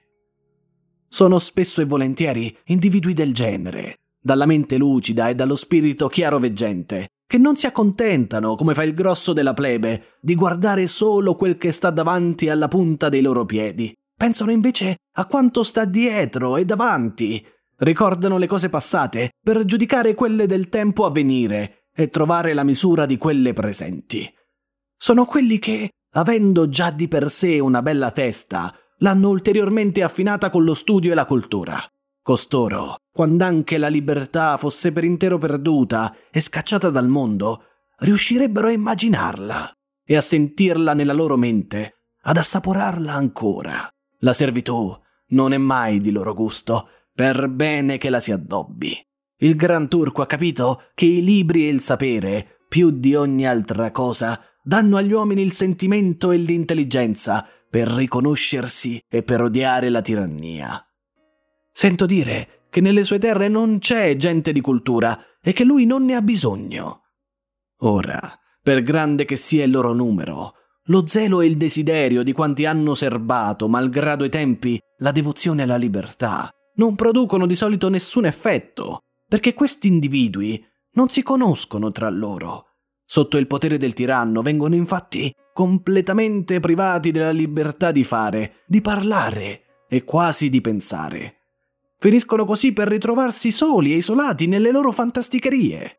Sono spesso e volentieri individui del genere, dalla mente lucida e dallo spirito chiaroveggente, che non si accontentano, come fa il grosso della plebe, di guardare solo quel che sta davanti alla punta dei loro piedi. Pensano invece a quanto sta dietro e davanti. Ricordano le cose passate per giudicare quelle del tempo a venire e trovare la misura di quelle presenti. Sono quelli che, avendo già di per sé una bella testa, l'hanno ulteriormente affinata con lo studio e la cultura. Costoro, quand'anche la libertà fosse per intero perduta e scacciata dal mondo, riuscirebbero a immaginarla e a sentirla nella loro mente, ad assaporarla ancora. La servitù non è mai di loro gusto, per bene che la si addobbi. Il Gran Turco ha capito che i libri e il sapere, più di ogni altra cosa, danno agli uomini il sentimento e l'intelligenza per riconoscersi e per odiare la tirannia. Sento dire che nelle sue terre non c'è gente di cultura e che lui non ne ha bisogno. Ora, per grande che sia il loro numero, lo zelo e il desiderio di quanti hanno serbato, malgrado i tempi, la devozione alla libertà, non producono di solito nessun effetto, perché questi individui non si conoscono tra loro. Sotto il potere del tiranno vengono infatti completamente privati della libertà di fare, di parlare e quasi di pensare. Finiscono così per ritrovarsi soli e isolati nelle loro fantasticherie.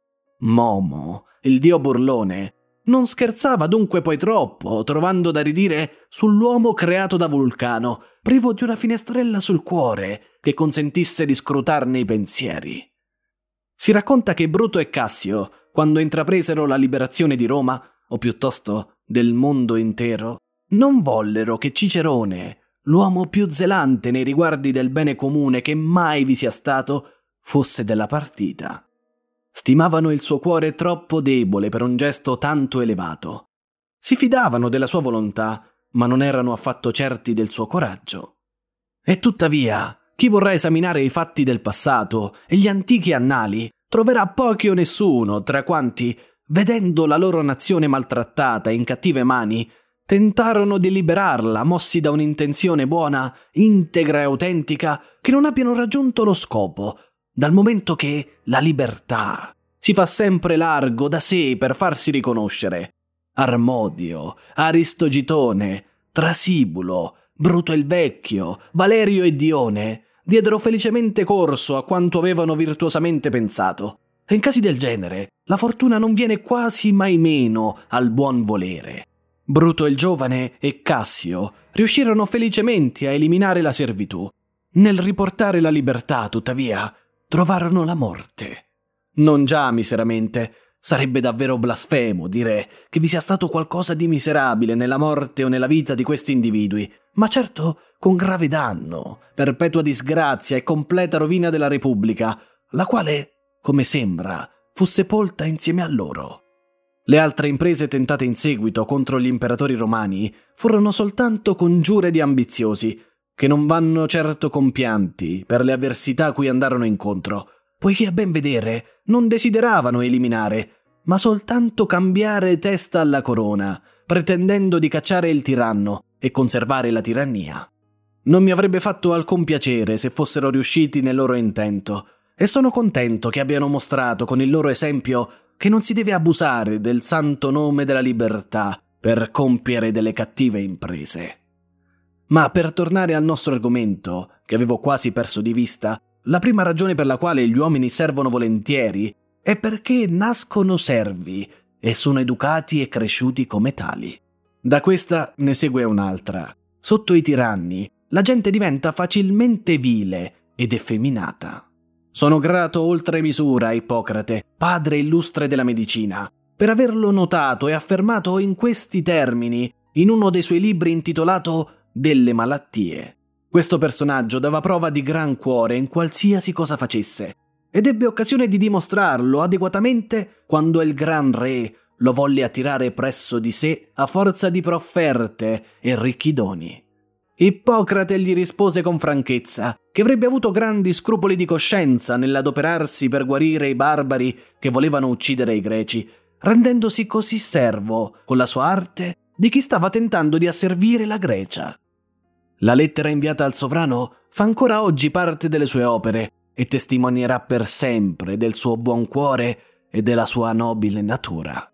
Momo, il dio burlone, non scherzava dunque poi troppo, trovando da ridire sull'uomo creato da Vulcano, privo di una finestrella sul cuore che consentisse di scrutarne i pensieri. Si racconta che Bruto e Cassio, quando intrapresero la liberazione di Roma, o piuttosto del mondo intero, non vollero che Cicerone, l'uomo più zelante nei riguardi del bene comune che mai vi sia stato, fosse della partita. Stimavano il suo cuore troppo debole per un gesto tanto elevato. Si fidavano della sua volontà, ma non erano affatto certi del suo coraggio. E tuttavia, chi vorrà esaminare i fatti del passato e gli antichi annali, troverà pochi o nessuno tra quanti, vedendo la loro nazione maltrattata in cattive mani, tentarono di liberarla, mossi da un'intenzione buona, integra e autentica, che non abbiano raggiunto lo scopo, dal momento che la libertà si fa sempre largo da sé per farsi riconoscere. Armodio, Aristogitone, Trasibulo, Bruto il Vecchio, Valerio e Dione diedero felicemente corso a quanto avevano virtuosamente pensato, e in casi del genere la fortuna non viene quasi mai meno al buon volere. Bruto il giovane e Cassio riuscirono felicemente a eliminare la servitù. Nel riportare la libertà, tuttavia, trovarono la morte. Non già miseramente, sarebbe davvero blasfemo dire che vi sia stato qualcosa di miserabile nella morte o nella vita di questi individui, ma certo con grave danno, perpetua disgrazia e completa rovina della Repubblica, la quale, come sembra, fu sepolta insieme a loro. Le altre imprese tentate in seguito contro gli imperatori romani furono soltanto congiure di ambiziosi, che non vanno certo compianti per le avversità cui andarono incontro, poiché a ben vedere non desideravano eliminare, ma soltanto cambiare testa alla corona, pretendendo di cacciare il tiranno e conservare la tirannia. Non mi avrebbe fatto alcun piacere se fossero riusciti nel loro intento, e sono contento che abbiano mostrato con il loro esempio che non si deve abusare del santo nome della libertà per compiere delle cattive imprese. Ma per tornare al nostro argomento, che avevo quasi perso di vista, la prima ragione per la quale gli uomini servono volentieri è perché nascono servi e sono educati e cresciuti come tali. Da questa ne segue un'altra. Sotto i tiranni, la gente diventa facilmente vile ed effeminata. Sono grato oltre misura a Ippocrate, padre illustre della medicina, per averlo notato e affermato in questi termini in uno dei suoi libri intitolato Delle malattie. Questo personaggio dava prova di gran cuore in qualsiasi cosa facesse, ed ebbe occasione di dimostrarlo adeguatamente quando il gran re lo volle attirare presso di sé a forza di profferte e ricchi doni. Ippocrate gli rispose con franchezza che avrebbe avuto grandi scrupoli di coscienza nell'adoperarsi per guarire i barbari che volevano uccidere i greci, rendendosi così servo, con la sua arte, di chi stava tentando di asservire la Grecia. La lettera inviata al sovrano fa ancora oggi parte delle sue opere e testimonierà per sempre del suo buon cuore e della sua nobile natura.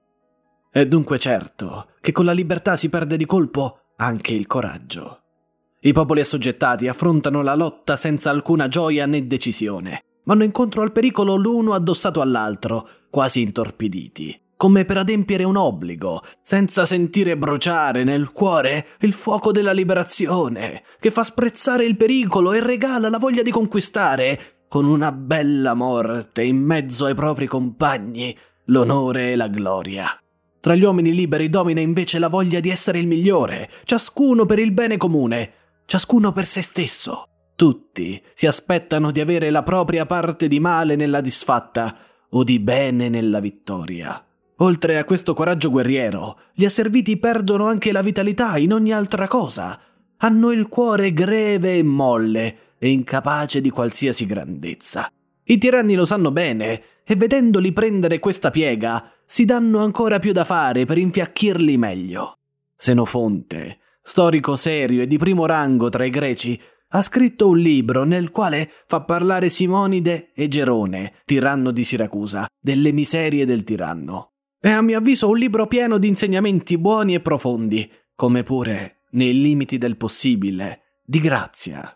È dunque certo che con la libertà si perde di colpo anche il coraggio. I popoli assoggettati affrontano la lotta senza alcuna gioia né decisione. Vanno incontro al pericolo l'uno addossato all'altro, quasi intorpiditi, come per adempiere un obbligo, senza sentire bruciare nel cuore il fuoco della liberazione, che fa sprezzare il pericolo e regala la voglia di conquistare, con una bella morte in mezzo ai propri compagni, l'onore e la gloria. Tra gli uomini liberi domina invece la voglia di essere il migliore, ciascuno per il bene comune, ciascuno per se stesso. Tutti si aspettano di avere la propria parte di male nella disfatta o di bene nella vittoria. Oltre a questo coraggio guerriero, gli asserviti perdono anche la vitalità in ogni altra cosa. Hanno il cuore greve e molle e incapace di qualsiasi grandezza. I tiranni lo sanno bene e vedendoli prendere questa piega si danno ancora più da fare per infiacchirli meglio. Senofonte, storico serio e di primo rango tra i greci, ha scritto un libro nel quale fa parlare Simonide e Gerone, tiranno di Siracusa, delle miserie del tiranno. È a mio avviso un libro pieno di insegnamenti buoni e profondi, come pure, nei limiti del possibile, di grazia.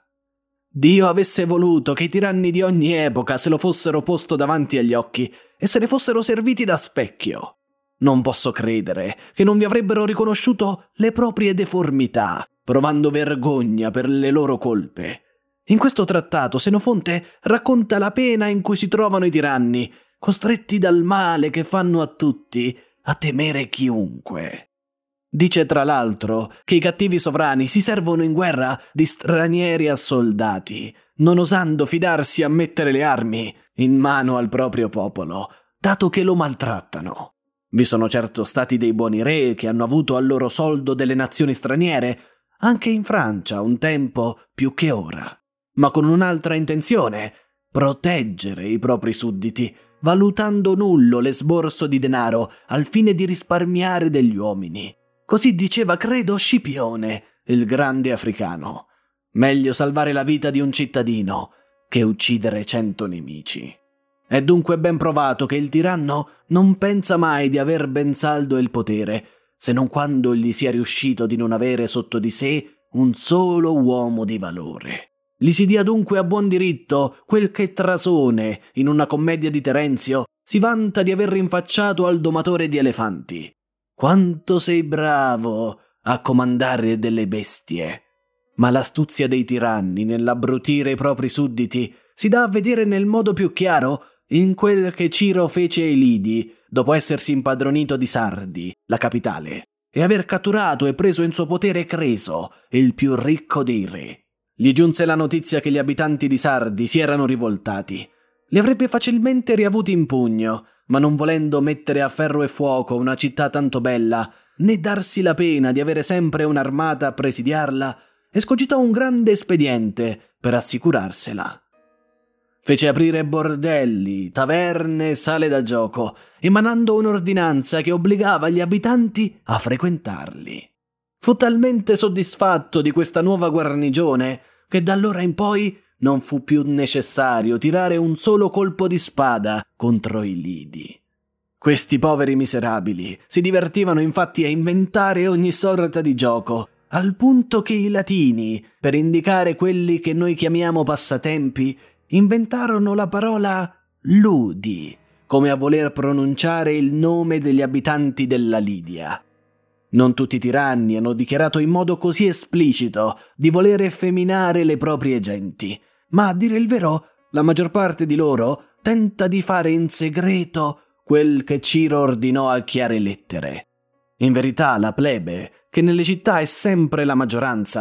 Dio avesse voluto che i tiranni di ogni epoca se lo fossero posto davanti agli occhi e se ne fossero serviti da specchio. Non posso credere che non vi avrebbero riconosciuto le proprie deformità, provando vergogna per le loro colpe. In questo trattato Senofonte racconta la pena in cui si trovano i tiranni, costretti dal male che fanno a tutti a temere chiunque. Dice tra l'altro che i cattivi sovrani si servono in guerra di stranieri assoldati, non osando fidarsi a mettere le armi in mano al proprio popolo, dato che lo maltrattano. Vi sono certo stati dei buoni re che hanno avuto al loro soldo delle nazioni straniere, anche in Francia un tempo più che ora, ma con un'altra intenzione: proteggere i propri sudditi, valutando nullo l'esborso di denaro al fine di risparmiare degli uomini. Così diceva, credo, Scipione, il grande africano. Meglio salvare la vita di un cittadino che uccidere cento nemici. È dunque ben provato che il tiranno non pensa mai di aver ben saldo il potere, se non quando gli sia riuscito di non avere sotto di sé un solo uomo di valore. Gli si dia dunque a buon diritto quel che Trasone, in una commedia di Terenzio, si vanta di aver rinfacciato al domatore di elefanti. Quanto sei bravo a comandare delle bestie! Ma l'astuzia dei tiranni nell'abbrutire i propri sudditi si dà a vedere nel modo più chiaro in quel che Ciro fece ai Lidi dopo essersi impadronito di Sardi, la capitale, e aver catturato e preso in suo potere Creso, il più ricco dei re. Gli giunse la notizia che gli abitanti di Sardi si erano rivoltati. Li avrebbe facilmente riavuti in pugno, ma non volendo mettere a ferro e fuoco una città tanto bella, né darsi la pena di avere sempre un'armata a presidiarla, escogitò un grande espediente per assicurarsela. Fece aprire bordelli, taverne e sale da gioco, emanando un'ordinanza che obbligava gli abitanti a frequentarli. Fu talmente soddisfatto di questa nuova guarnigione che da allora in poi non fu più necessario tirare un solo colpo di spada contro i Lidi. Questi poveri miserabili si divertivano infatti a inventare ogni sorta di gioco, al punto che i latini, per indicare quelli che noi chiamiamo passatempi, inventarono la parola ludi, come a voler pronunciare il nome degli abitanti della Lidia. Non tutti i tiranni hanno dichiarato in modo così esplicito di voler effeminare le proprie genti, ma a dire il vero, la maggior parte di loro tenta di fare in segreto quel che Ciro ordinò a chiare lettere. In verità la plebe, che nelle città è sempre la maggioranza,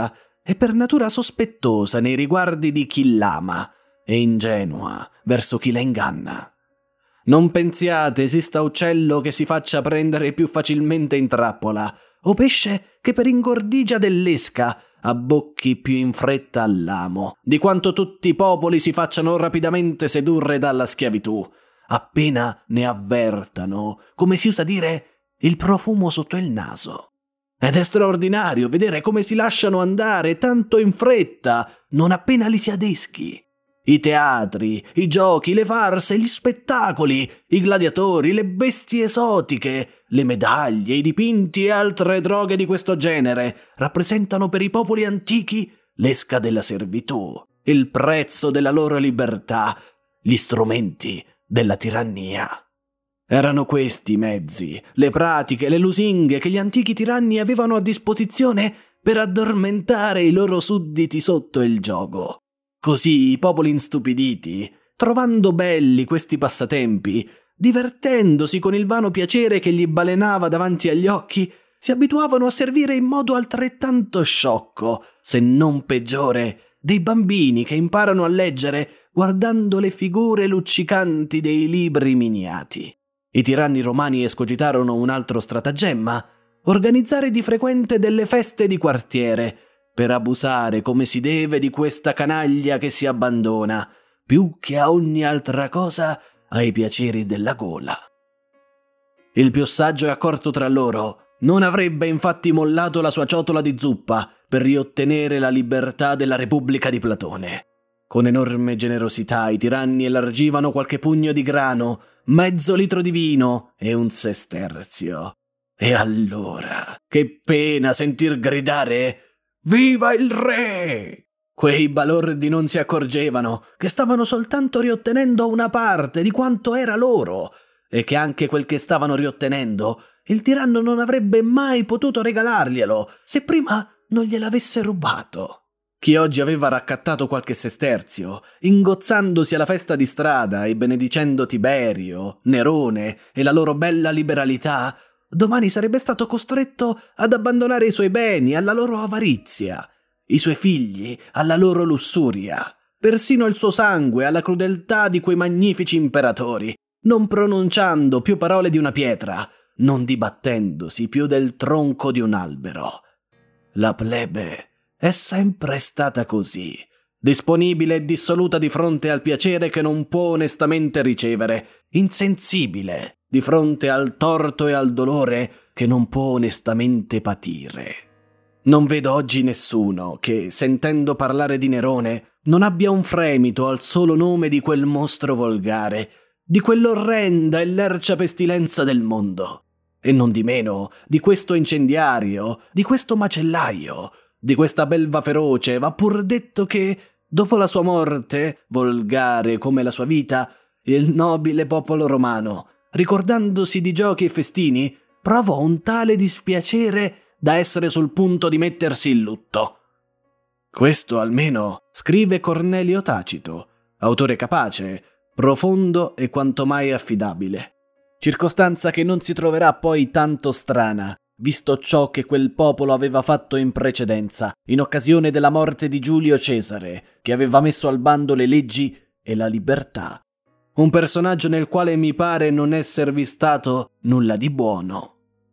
è per natura sospettosa nei riguardi di chi l'ama e ingenua verso chi la inganna. Non pensiate esista uccello che si faccia prendere più facilmente in trappola, o pesce che per ingordigia dell'esca abbocchi più in fretta all'amo, di quanto tutti i popoli si facciano rapidamente sedurre dalla schiavitù, appena ne avvertano, come si usa dire, il profumo sotto il naso. Ed è straordinario vedere come si lasciano andare tanto in fretta, non appena li si adeschi. I teatri, i giochi, le farse, gli spettacoli, i gladiatori, le bestie esotiche, le medaglie, i dipinti e altre droghe di questo genere rappresentano per i popoli antichi l'esca della servitù, il prezzo della loro libertà, gli strumenti della tirannia. Erano questi i mezzi, le pratiche, le lusinghe che gli antichi tiranni avevano a disposizione per addormentare i loro sudditi sotto il giogo. Così i popoli instupiditi, trovando belli questi passatempi, divertendosi con il vano piacere che gli balenava davanti agli occhi, si abituavano a servire in modo altrettanto sciocco, se non peggiore, dei bambini che imparano a leggere guardando le figure luccicanti dei libri miniati. I tiranni romani escogitarono un altro stratagemma: organizzare di frequente delle feste di quartiere, per abusare come si deve di questa canaglia che si abbandona, più che a ogni altra cosa, ai piaceri della gola. Il più saggio e accorto tra loro non avrebbe infatti mollato la sua ciotola di zuppa per riottenere la libertà della Repubblica di Platone. Con enorme generosità i tiranni elargivano qualche pugno di grano, mezzo litro di vino e un sesterzio. E allora, che pena sentir gridare «Viva il re!» Quei balordi non si accorgevano che stavano soltanto riottenendo una parte di quanto era loro, e che anche quel che stavano riottenendo il tiranno non avrebbe mai potuto regalarglielo se prima non gliel'avesse rubato. Chi oggi aveva raccattato qualche sesterzio, ingozzandosi alla festa di strada e benedicendo Tiberio, Nerone e la loro bella liberalità, domani sarebbe stato costretto ad abbandonare i suoi beni alla loro avarizia, i suoi figli alla loro lussuria, persino il suo sangue alla crudeltà di quei magnifici imperatori, non pronunciando più parole di una pietra, non dibattendosi più del tronco di un albero. La plebe è sempre stata così, disponibile e dissoluta di fronte al piacere che non può onestamente ricevere, insensibile di fronte al torto e al dolore che non può onestamente patire. Non vedo oggi nessuno che, sentendo parlare di Nerone, non abbia un fremito al solo nome di quel mostro volgare, di quell'orrenda e lercia pestilenza del mondo, e non di meno di questo incendiario, di questo macellaio, di questa belva feroce. Va pur detto che, dopo la sua morte, volgare come la sua vita, il nobile popolo romano, ricordandosi di giochi e festini, provò un tale dispiacere da essere sul punto di mettersi in lutto. Questo almeno scrive Cornelio Tacito, autore capace, profondo e quanto mai affidabile. Circostanza che non si troverà poi tanto strana, visto ciò che quel popolo aveva fatto in precedenza, in occasione della morte di Giulio Cesare, che aveva messo al bando le leggi e la libertà. Un personaggio nel quale mi pare non esservi stato nulla di buono.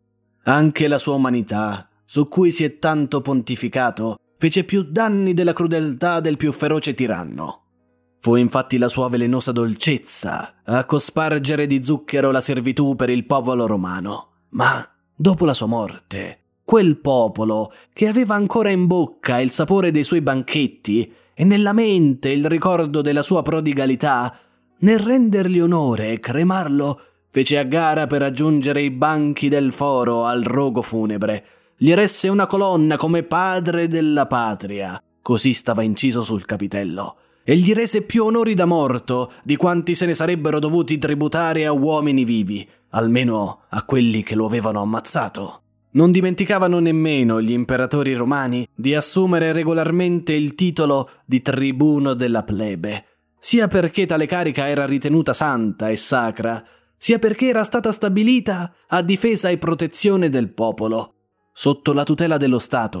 Anche la sua umanità, su cui si è tanto pontificato, fece più danni della crudeltà del più feroce tiranno. Fu infatti la sua velenosa dolcezza a cospargere di zucchero la servitù per il popolo romano. Ma, dopo la sua morte, quel popolo, che aveva ancora in bocca il sapore dei suoi banchetti e nella mente il ricordo della sua prodigalità, nel rendergli onore e cremarlo, fece a gara per raggiungere i banchi del foro al rogo funebre. Gli eresse una colonna come padre della patria, così stava inciso sul capitello, e gli rese più onori da morto di quanti se ne sarebbero dovuti tributare a uomini vivi, almeno a quelli che lo avevano ammazzato. Non dimenticavano nemmeno gli imperatori romani di assumere regolarmente il titolo di tribuno della plebe, sia perché tale carica era ritenuta santa e sacra, sia perché era stata stabilita a difesa e protezione del popolo. Sotto la tutela dello Stato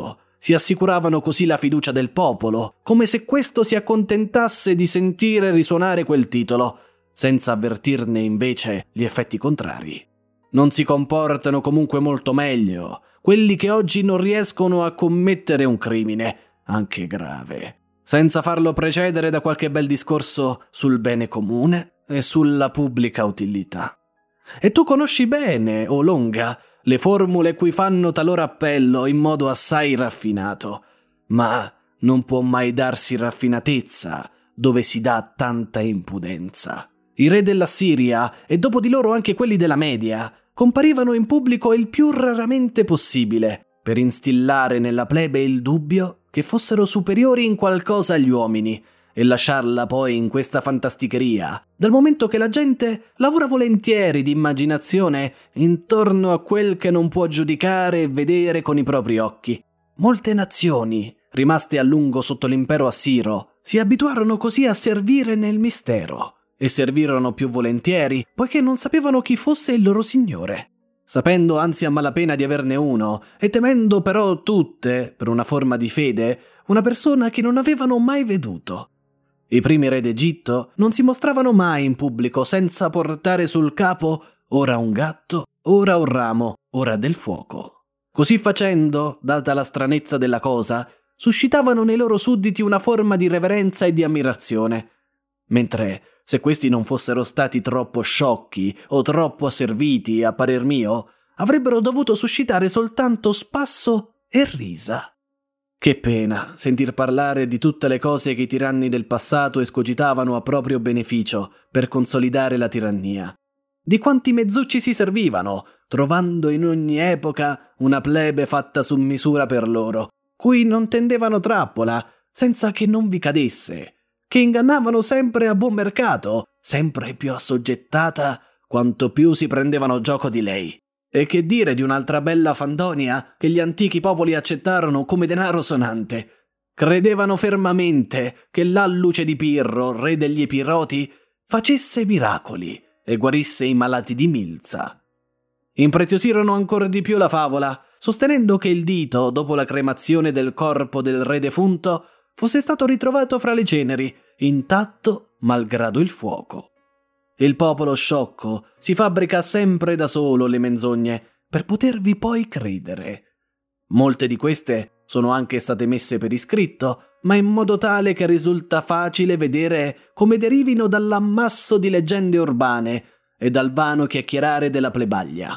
Si assicuravano così la fiducia del popolo, come se questo si accontentasse di sentire risuonare quel titolo, senza avvertirne invece gli effetti contrari. Non si comportano comunque molto meglio quelli che oggi non riescono a commettere un crimine, anche grave, senza farlo precedere da qualche bel discorso sul bene comune e sulla pubblica utilità. E tu conosci bene, o Longa, le formule cui fanno talora appello in modo assai raffinato, ma non può mai darsi raffinatezza dove si dà tanta impudenza. I re della Siria, e dopo di loro anche quelli della Media, comparivano in pubblico il più raramente possibile, per instillare nella plebe il dubbio che fossero superiori in qualcosa agli uomini, e lasciarla poi in questa fantasticheria, dal momento che la gente lavora volentieri di immaginazione intorno a quel che non può giudicare e vedere con i propri occhi. Molte nazioni, rimaste a lungo sotto l'impero assiro, si abituarono così a servire nel mistero, e servirono più volentieri, poiché non sapevano chi fosse il loro signore. Sapendo anzi a malapena di averne uno, e temendo però tutte, per una forma di fede, una persona che non avevano mai veduto. I primi re d'Egitto non si mostravano mai in pubblico senza portare sul capo ora un gatto, ora un ramo, ora del fuoco. Così facendo, data la stranezza della cosa, suscitavano nei loro sudditi una forma di reverenza e di ammirazione, mentre se questi non fossero stati troppo sciocchi o troppo asserviti, a parer mio, avrebbero dovuto suscitare soltanto spasso e risa. Che pena sentir parlare di tutte le cose che i tiranni del passato escogitavano a proprio beneficio per consolidare la tirannia. Di quanti mezzucci si servivano, trovando in ogni epoca una plebe fatta su misura per loro, cui non tendevano trappola, senza che non vi cadesse, che ingannavano sempre a buon mercato, sempre più assoggettata quanto più si prendevano gioco di lei. E che dire di un'altra bella Fandonia che gli antichi popoli accettarono come denaro sonante? Credevano fermamente che l'alluce di Pirro, re degli Epiroti, facesse miracoli e guarisse i malati di milza. Impreziosirono ancora di più la favola, sostenendo che il dito, dopo la cremazione del corpo del re defunto, fosse stato ritrovato fra le ceneri, intatto malgrado il fuoco. Il popolo sciocco si fabbrica sempre da solo le menzogne per potervi poi credere. Molte di queste sono anche state messe per iscritto, ma in modo tale che risulta facile vedere come derivino dall'ammasso di leggende urbane e dal vano chiacchierare della plebaglia.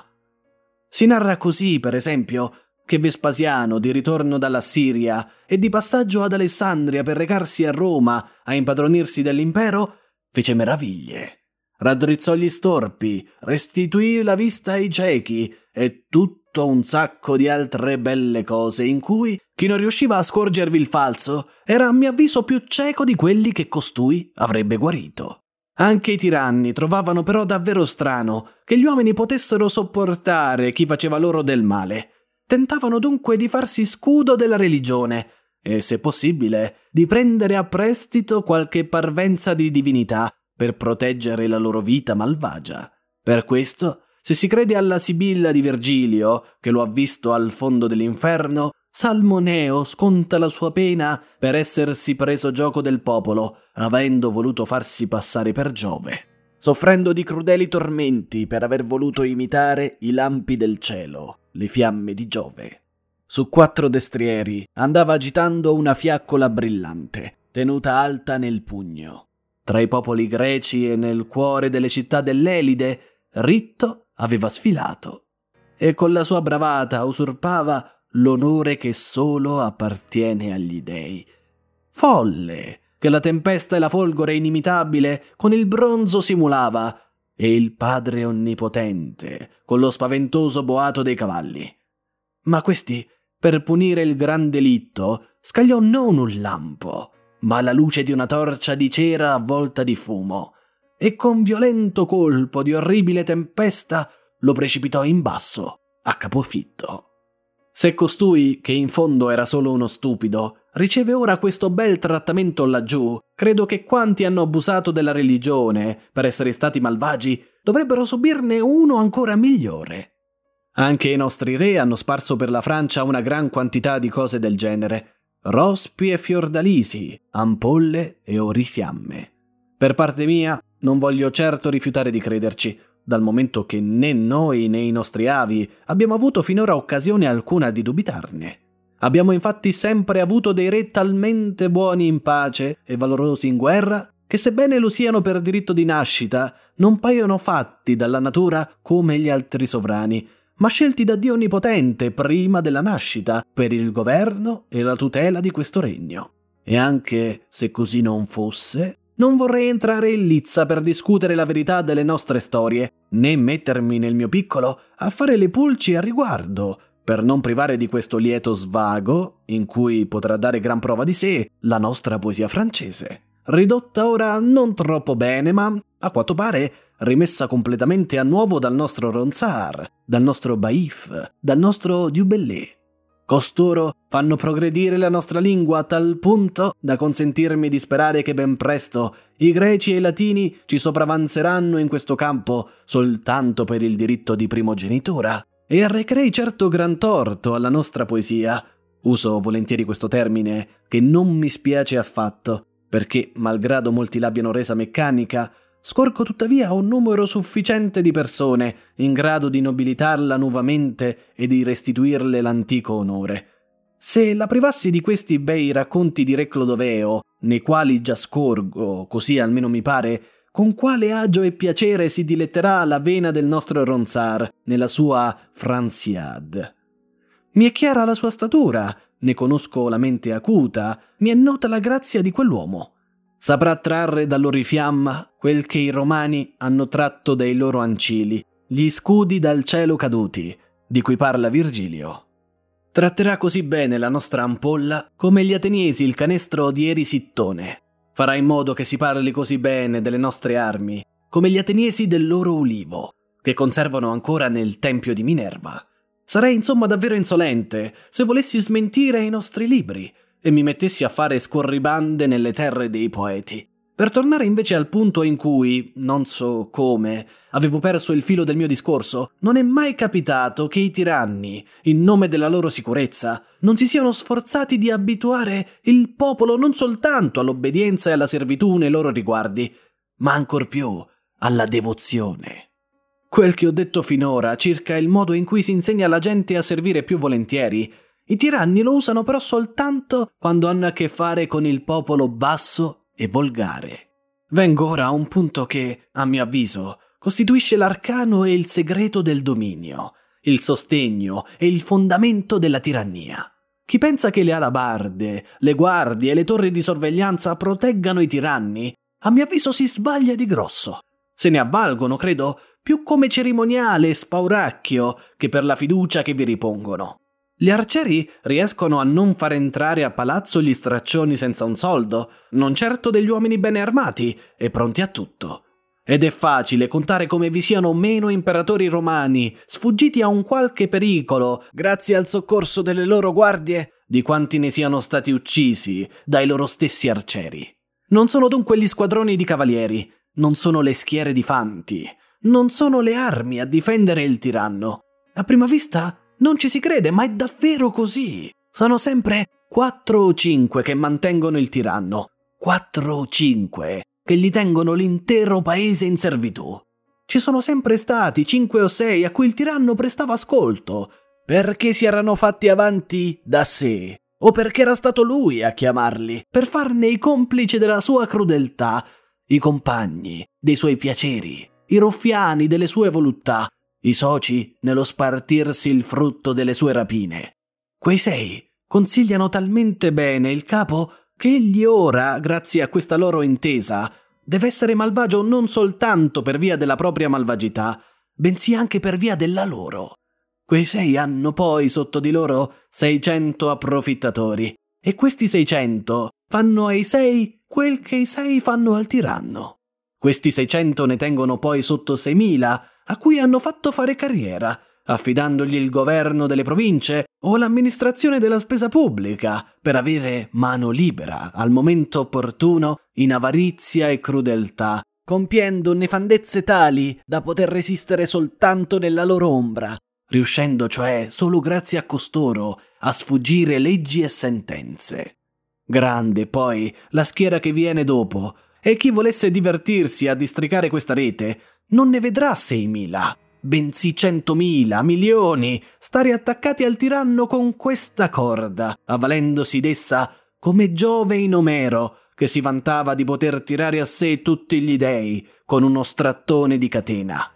Si narra così, per esempio, che Vespasiano, di ritorno dalla Siria e di passaggio ad Alessandria per recarsi a Roma a impadronirsi dell'impero, fece meraviglie. Raddrizzò gli storpi, restituì la vista ai ciechi e tutto un sacco di altre belle cose in cui chi non riusciva a scorgervi il falso era a mio avviso più cieco di quelli che costui avrebbe guarito. Anche i tiranni trovavano però davvero strano che gli uomini potessero sopportare chi faceva loro del male. Tentavano dunque di farsi scudo della religione e, se possibile, di prendere a prestito qualche parvenza di divinità per proteggere la loro vita malvagia. Per questo, se si crede alla Sibilla di Virgilio, che lo ha visto al fondo dell'inferno, Salmoneo sconta la sua pena per essersi preso gioco del popolo, avendo voluto farsi passare per Giove, soffrendo di crudeli tormenti per aver voluto imitare i lampi del cielo, le fiamme di Giove. Su quattro destrieri andava agitando una fiaccola brillante, tenuta alta nel pugno. Tra i popoli greci e nel cuore delle città dell'Elide, Ritto aveva sfilato e con la sua bravata usurpava l'onore che solo appartiene agli dei. Folle che la tempesta e la folgore inimitabile con il bronzo simulava e il padre onnipotente con lo spaventoso boato dei cavalli. Ma questi, per punire il gran delitto, scagliò non un lampo, ma la luce di una torcia di cera avvolta di fumo, e con violento colpo di orribile tempesta lo precipitò in basso, a capofitto. Se costui, che in fondo era solo uno stupido, riceve ora questo bel trattamento laggiù, credo che quanti hanno abusato della religione per essere stati malvagi dovrebbero subirne uno ancora migliore. Anche i nostri re hanno sparso per la Francia una gran quantità di cose del genere: rospi e fiordalisi, ampolle e orifiamme. Per parte mia, non voglio certo rifiutare di crederci, dal momento che né noi né i nostri avi abbiamo avuto finora occasione alcuna di dubitarne. Abbiamo infatti sempre avuto dei re talmente buoni in pace e valorosi in guerra che, sebbene lo siano per diritto di nascita, non paiono fatti dalla natura come gli altri sovrani, ma scelti da Dio Onnipotente prima della nascita per il governo e la tutela di questo regno. E anche se così non fosse, non vorrei entrare in lizza per discutere la verità delle nostre storie, né mettermi nel mio piccolo a fare le pulci a riguardo, per non privare di questo lieto svago, in cui potrà dare gran prova di sé la nostra poesia francese, ridotta ora non troppo bene, ma a quanto pare rimessa completamente a nuovo dal nostro Ronsard, dal nostro Baïf, dal nostro Du Bellay. Costoro fanno progredire la nostra lingua a tal punto da consentirmi di sperare che ben presto i greci e i latini ci sopravanzeranno in questo campo soltanto per il diritto di primogenitura, e arrecherei certo gran torto alla nostra poesia. Uso volentieri questo termine, che non mi spiace affatto, perché, malgrado molti l'abbiano resa meccanica, scorgo tuttavia un numero sufficiente di persone in grado di nobilitarla nuovamente e di restituirle l'antico onore. Se la privassi di questi bei racconti di Re Clodoveo, nei quali già scorgo, così almeno mi pare, con quale agio e piacere si diletterà la vena del nostro Ronsard nella sua Franciade. Mi è chiara la sua statura, ne conosco la mente acuta, mi è nota la grazia di quell'uomo. Saprà trarre dall'orifiamma quel che i romani hanno tratto dai loro ancili, gli scudi dal cielo caduti, di cui parla Virgilio. Tratterà così bene la nostra ampolla come gli ateniesi il canestro di Erisittone. Farà in modo che si parli così bene delle nostre armi come gli ateniesi del loro ulivo, che conservano ancora nel tempio di Minerva. Sarei insomma davvero insolente se volessi smentire i nostri libri e mi mettessi a fare scorribande nelle terre dei poeti. Per tornare invece al punto in cui, non so come, avevo perso il filo del mio discorso, non è mai capitato che i tiranni, in nome della loro sicurezza, non si siano sforzati di abituare il popolo non soltanto all'obbedienza e alla servitù nei loro riguardi, ma ancor più alla devozione. Quel che ho detto finora circa il modo in cui si insegna alla gente a servire più volentieri, i tiranni lo usano però soltanto quando hanno a che fare con il popolo basso e volgare. Vengo ora a un punto che, a mio avviso, costituisce l'arcano e il segreto del dominio, il sostegno e il fondamento della tirannia. Chi pensa che le alabarde, le guardie e le torri di sorveglianza proteggano i tiranni, a mio avviso si sbaglia di grosso. Se ne avvalgono, credo, più come cerimoniale e spauracchio che per la fiducia che vi ripongono. Gli arcieri riescono a non far entrare a palazzo gli straccioni senza un soldo, non certo degli uomini bene armati e pronti a tutto. Ed è facile contare come vi siano meno imperatori romani, sfuggiti a un qualche pericolo, grazie al soccorso delle loro guardie, di quanti ne siano stati uccisi dai loro stessi arcieri. Non sono dunque gli squadroni di cavalieri, non sono le schiere di fanti, non sono le armi a difendere il tiranno. A prima vista non ci si crede, ma è davvero così. Sono sempre quattro o cinque che mantengono il tiranno, quattro o cinque che gli tengono l'intero paese in servitù. Ci sono sempre stati cinque o sei a cui il tiranno prestava ascolto, perché si erano fatti avanti da sé, o perché era stato lui a chiamarli, per farne i complici della sua crudeltà, i compagni dei suoi piaceri, i ruffiani delle sue voluttà, i soci nello spartirsi il frutto delle sue rapine. Quei sei consigliano talmente bene il capo che egli ora, grazie a questa loro intesa, deve essere malvagio non soltanto per via della propria malvagità, bensì anche per via della loro. Quei sei hanno poi sotto di loro seicento approfittatori, e questi seicento fanno ai sei quel che i sei fanno al tiranno. Questi seicento ne tengono poi sotto seimila, a cui hanno fatto fare carriera, affidandogli il governo delle province o l'amministrazione della spesa pubblica, per avere mano libera al momento opportuno in avarizia e crudeltà, compiendo nefandezze tali da poter resistere soltanto nella loro ombra, riuscendo cioè solo grazie a costoro a sfuggire leggi e sentenze. Grande poi la schiera che viene dopo, e chi volesse divertirsi a districare questa rete non ne vedrà seimila, bensì centomila, milioni, stare attaccati al tiranno con questa corda, avvalendosi d'essa come Giove in Omero, che si vantava di poter tirare a sé tutti gli dei con uno strattone di catena.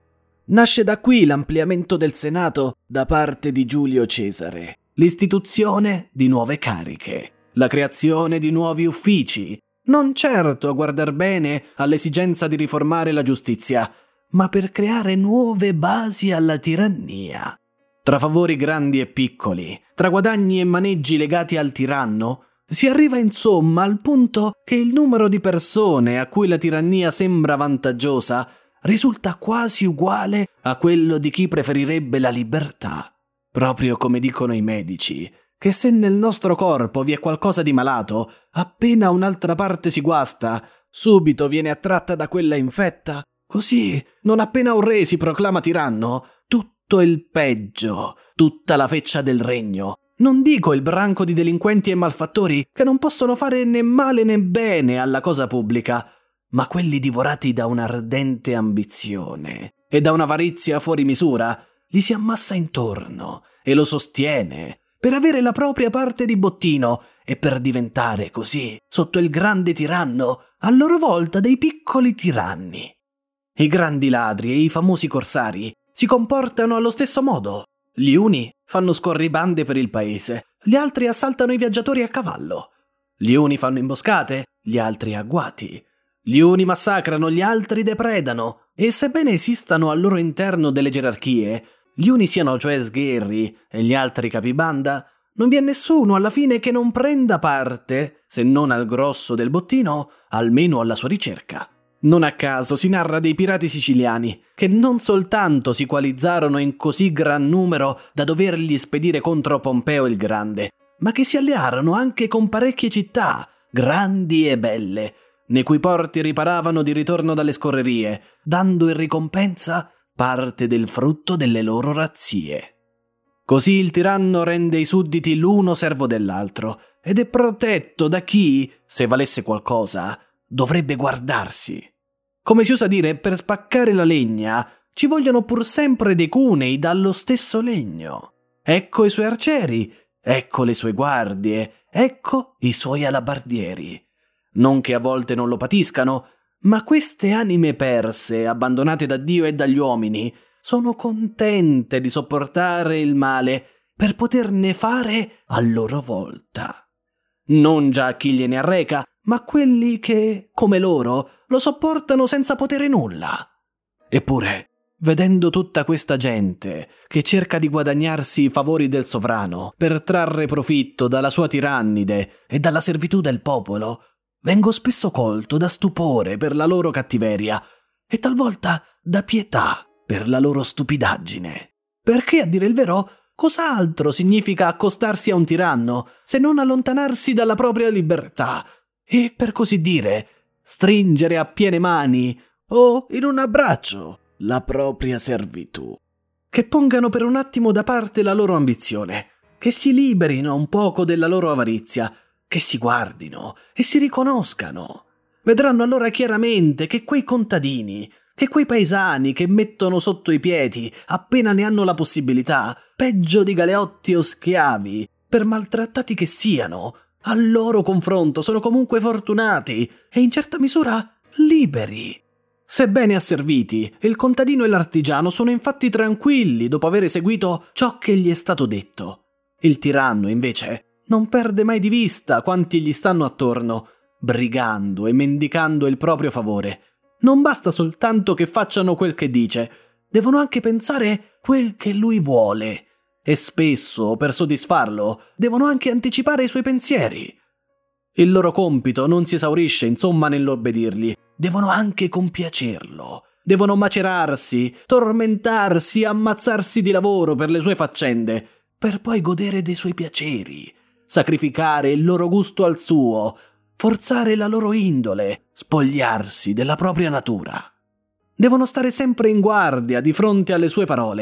Nasce da qui l'ampliamento del Senato da parte di Giulio Cesare, l'istituzione di nuove cariche, la creazione di nuovi uffici, non certo a guardar bene all'esigenza di riformare la giustizia, ma per creare nuove basi alla tirannia. Tra favori grandi e piccoli, tra guadagni e maneggi legati al tiranno, si arriva insomma al punto che il numero di persone a cui la tirannia sembra vantaggiosa risulta quasi uguale a quello di chi preferirebbe la libertà. Proprio come dicono i medici, che se nel nostro corpo vi è qualcosa di malato, appena un'altra parte si guasta, subito viene attratta da quella infetta. Così, non appena un re si proclama tiranno, tutto il peggio, tutta la feccia del regno, non dico il branco di delinquenti e malfattori che non possono fare né male né bene alla cosa pubblica, ma quelli divorati da un'ardente ambizione e da un'avarizia fuori misura, gli si ammassa intorno e lo sostiene per avere la propria parte di bottino e per diventare così, sotto il grande tiranno, a loro volta dei piccoli tiranni. I grandi ladri e i famosi corsari si comportano allo stesso modo. Gli uni fanno scorribande per il paese, gli altri assaltano i viaggiatori a cavallo. Gli uni fanno imboscate, gli altri agguati. Gli uni massacrano, gli altri depredano. E sebbene esistano al loro interno delle gerarchie, gli uni siano cioè sgherri e gli altri capibanda, non vi è nessuno alla fine che non prenda parte, se non al grosso del bottino, almeno alla sua ricerca. Non a caso si narra dei pirati siciliani, che non soltanto si coalizzarono in così gran numero da dovergli spedire contro Pompeo il Grande, ma che si allearono anche con parecchie città, grandi e belle, nei cui porti riparavano di ritorno dalle scorrerie, dando in ricompensa parte del frutto delle loro razzie. Così il tiranno rende i sudditi l'uno servo dell'altro ed è protetto da chi, se valesse qualcosa, dovrebbe guardarsi. Come si usa dire, per spaccare la legna ci vogliono pur sempre dei cunei dallo stesso legno. Ecco i suoi arcieri, ecco le sue guardie, ecco i suoi alabardieri. Non che a volte non lo patiscano, ma queste anime perse, abbandonate da Dio e dagli uomini, sono contente di sopportare il male per poterne fare a loro volta. Non già chi gliene arreca, ma quelli che, come loro, lo sopportano senza potere nulla. Eppure, vedendo tutta questa gente che cerca di guadagnarsi i favori del sovrano per trarre profitto dalla sua tirannide e dalla servitù del popolo, vengo spesso colto da stupore per la loro cattiveria e talvolta da pietà per la loro stupidaggine. Perché, a dire il vero, cos'altro significa accostarsi a un tiranno se non allontanarsi dalla propria libertà e, per così dire, stringere a piene mani o in un abbraccio la propria servitù? Che pongano per un attimo da parte la loro ambizione, che si liberino un poco della loro avarizia, che si guardino e si riconoscano. Vedranno allora chiaramente che quei contadini, che quei paesani che mettono sotto i piedi, appena ne hanno la possibilità, peggio di galeotti o schiavi, per maltrattati che siano, al loro confronto sono comunque fortunati e in certa misura liberi. Sebbene asserviti, il contadino e l'artigiano sono infatti tranquilli dopo aver eseguito ciò che gli è stato detto. Il tiranno, invece, non perde mai di vista quanti gli stanno attorno, brigando e mendicando il proprio favore. Non basta soltanto che facciano quel che dice, devono anche pensare quel che lui vuole. E spesso, per soddisfarlo, devono anche anticipare i suoi pensieri. Il loro compito non si esaurisce, insomma, nell'obbedirgli. Devono anche compiacerlo. Devono macerarsi, tormentarsi, ammazzarsi di lavoro per le sue faccende, per poi godere dei suoi piaceri, sacrificare il loro gusto al suo, forzare la loro indole, spogliarsi della propria natura. Devono stare sempre in guardia di fronte alle sue parole,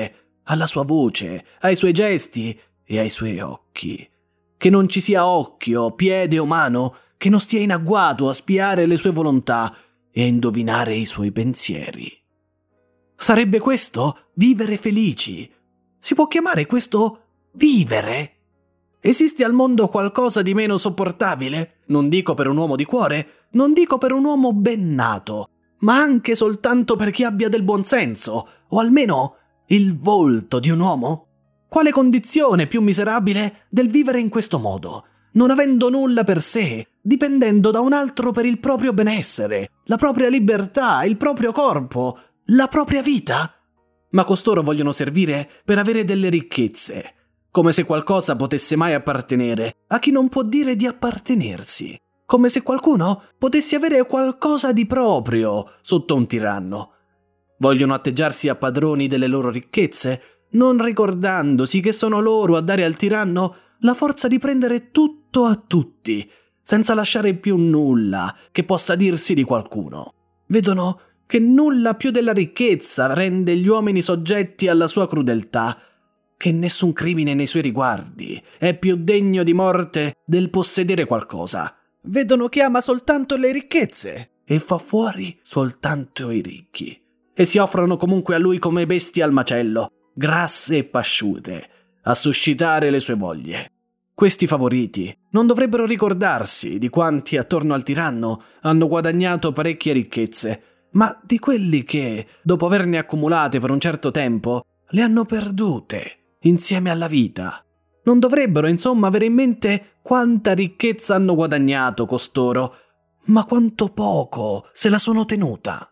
alla sua voce, ai suoi gesti e ai suoi occhi. Che non ci sia occhio, piede o mano che non stia in agguato a spiare le sue volontà e a indovinare i suoi pensieri. Sarebbe questo vivere felici? Si può chiamare questo vivere? Esiste al mondo qualcosa di meno sopportabile? Non dico per un uomo di cuore, non dico per un uomo ben nato, ma anche soltanto per chi abbia del buonsenso, o almeno il volto di un uomo? Quale condizione più miserabile del vivere in questo modo, non avendo nulla per sé, dipendendo da un altro per il proprio benessere, la propria libertà, il proprio corpo, la propria vita? Ma costoro vogliono servire per avere delle ricchezze, come se qualcosa potesse mai appartenere a chi non può dire di appartenersi, come se qualcuno potesse avere qualcosa di proprio sotto un tiranno. Vogliono atteggiarsi a padroni delle loro ricchezze, non ricordandosi che sono loro a dare al tiranno la forza di prendere tutto a tutti, senza lasciare più nulla che possa dirsi di qualcuno. Vedono che nulla più della ricchezza rende gli uomini soggetti alla sua crudeltà, che nessun crimine nei suoi riguardi è più degno di morte del possedere qualcosa. Vedono che ama soltanto le ricchezze e fa fuori soltanto i ricchi, e si offrono comunque a lui come bestie al macello, grasse e pasciute, a suscitare le sue voglie. Questi favoriti non dovrebbero ricordarsi di quanti attorno al tiranno hanno guadagnato parecchie ricchezze, ma di quelli che, dopo averne accumulate per un certo tempo, le hanno perdute insieme alla vita. Non dovrebbero, insomma, avere in mente quanta ricchezza hanno guadagnato costoro, ma quanto poco se la sono tenuta.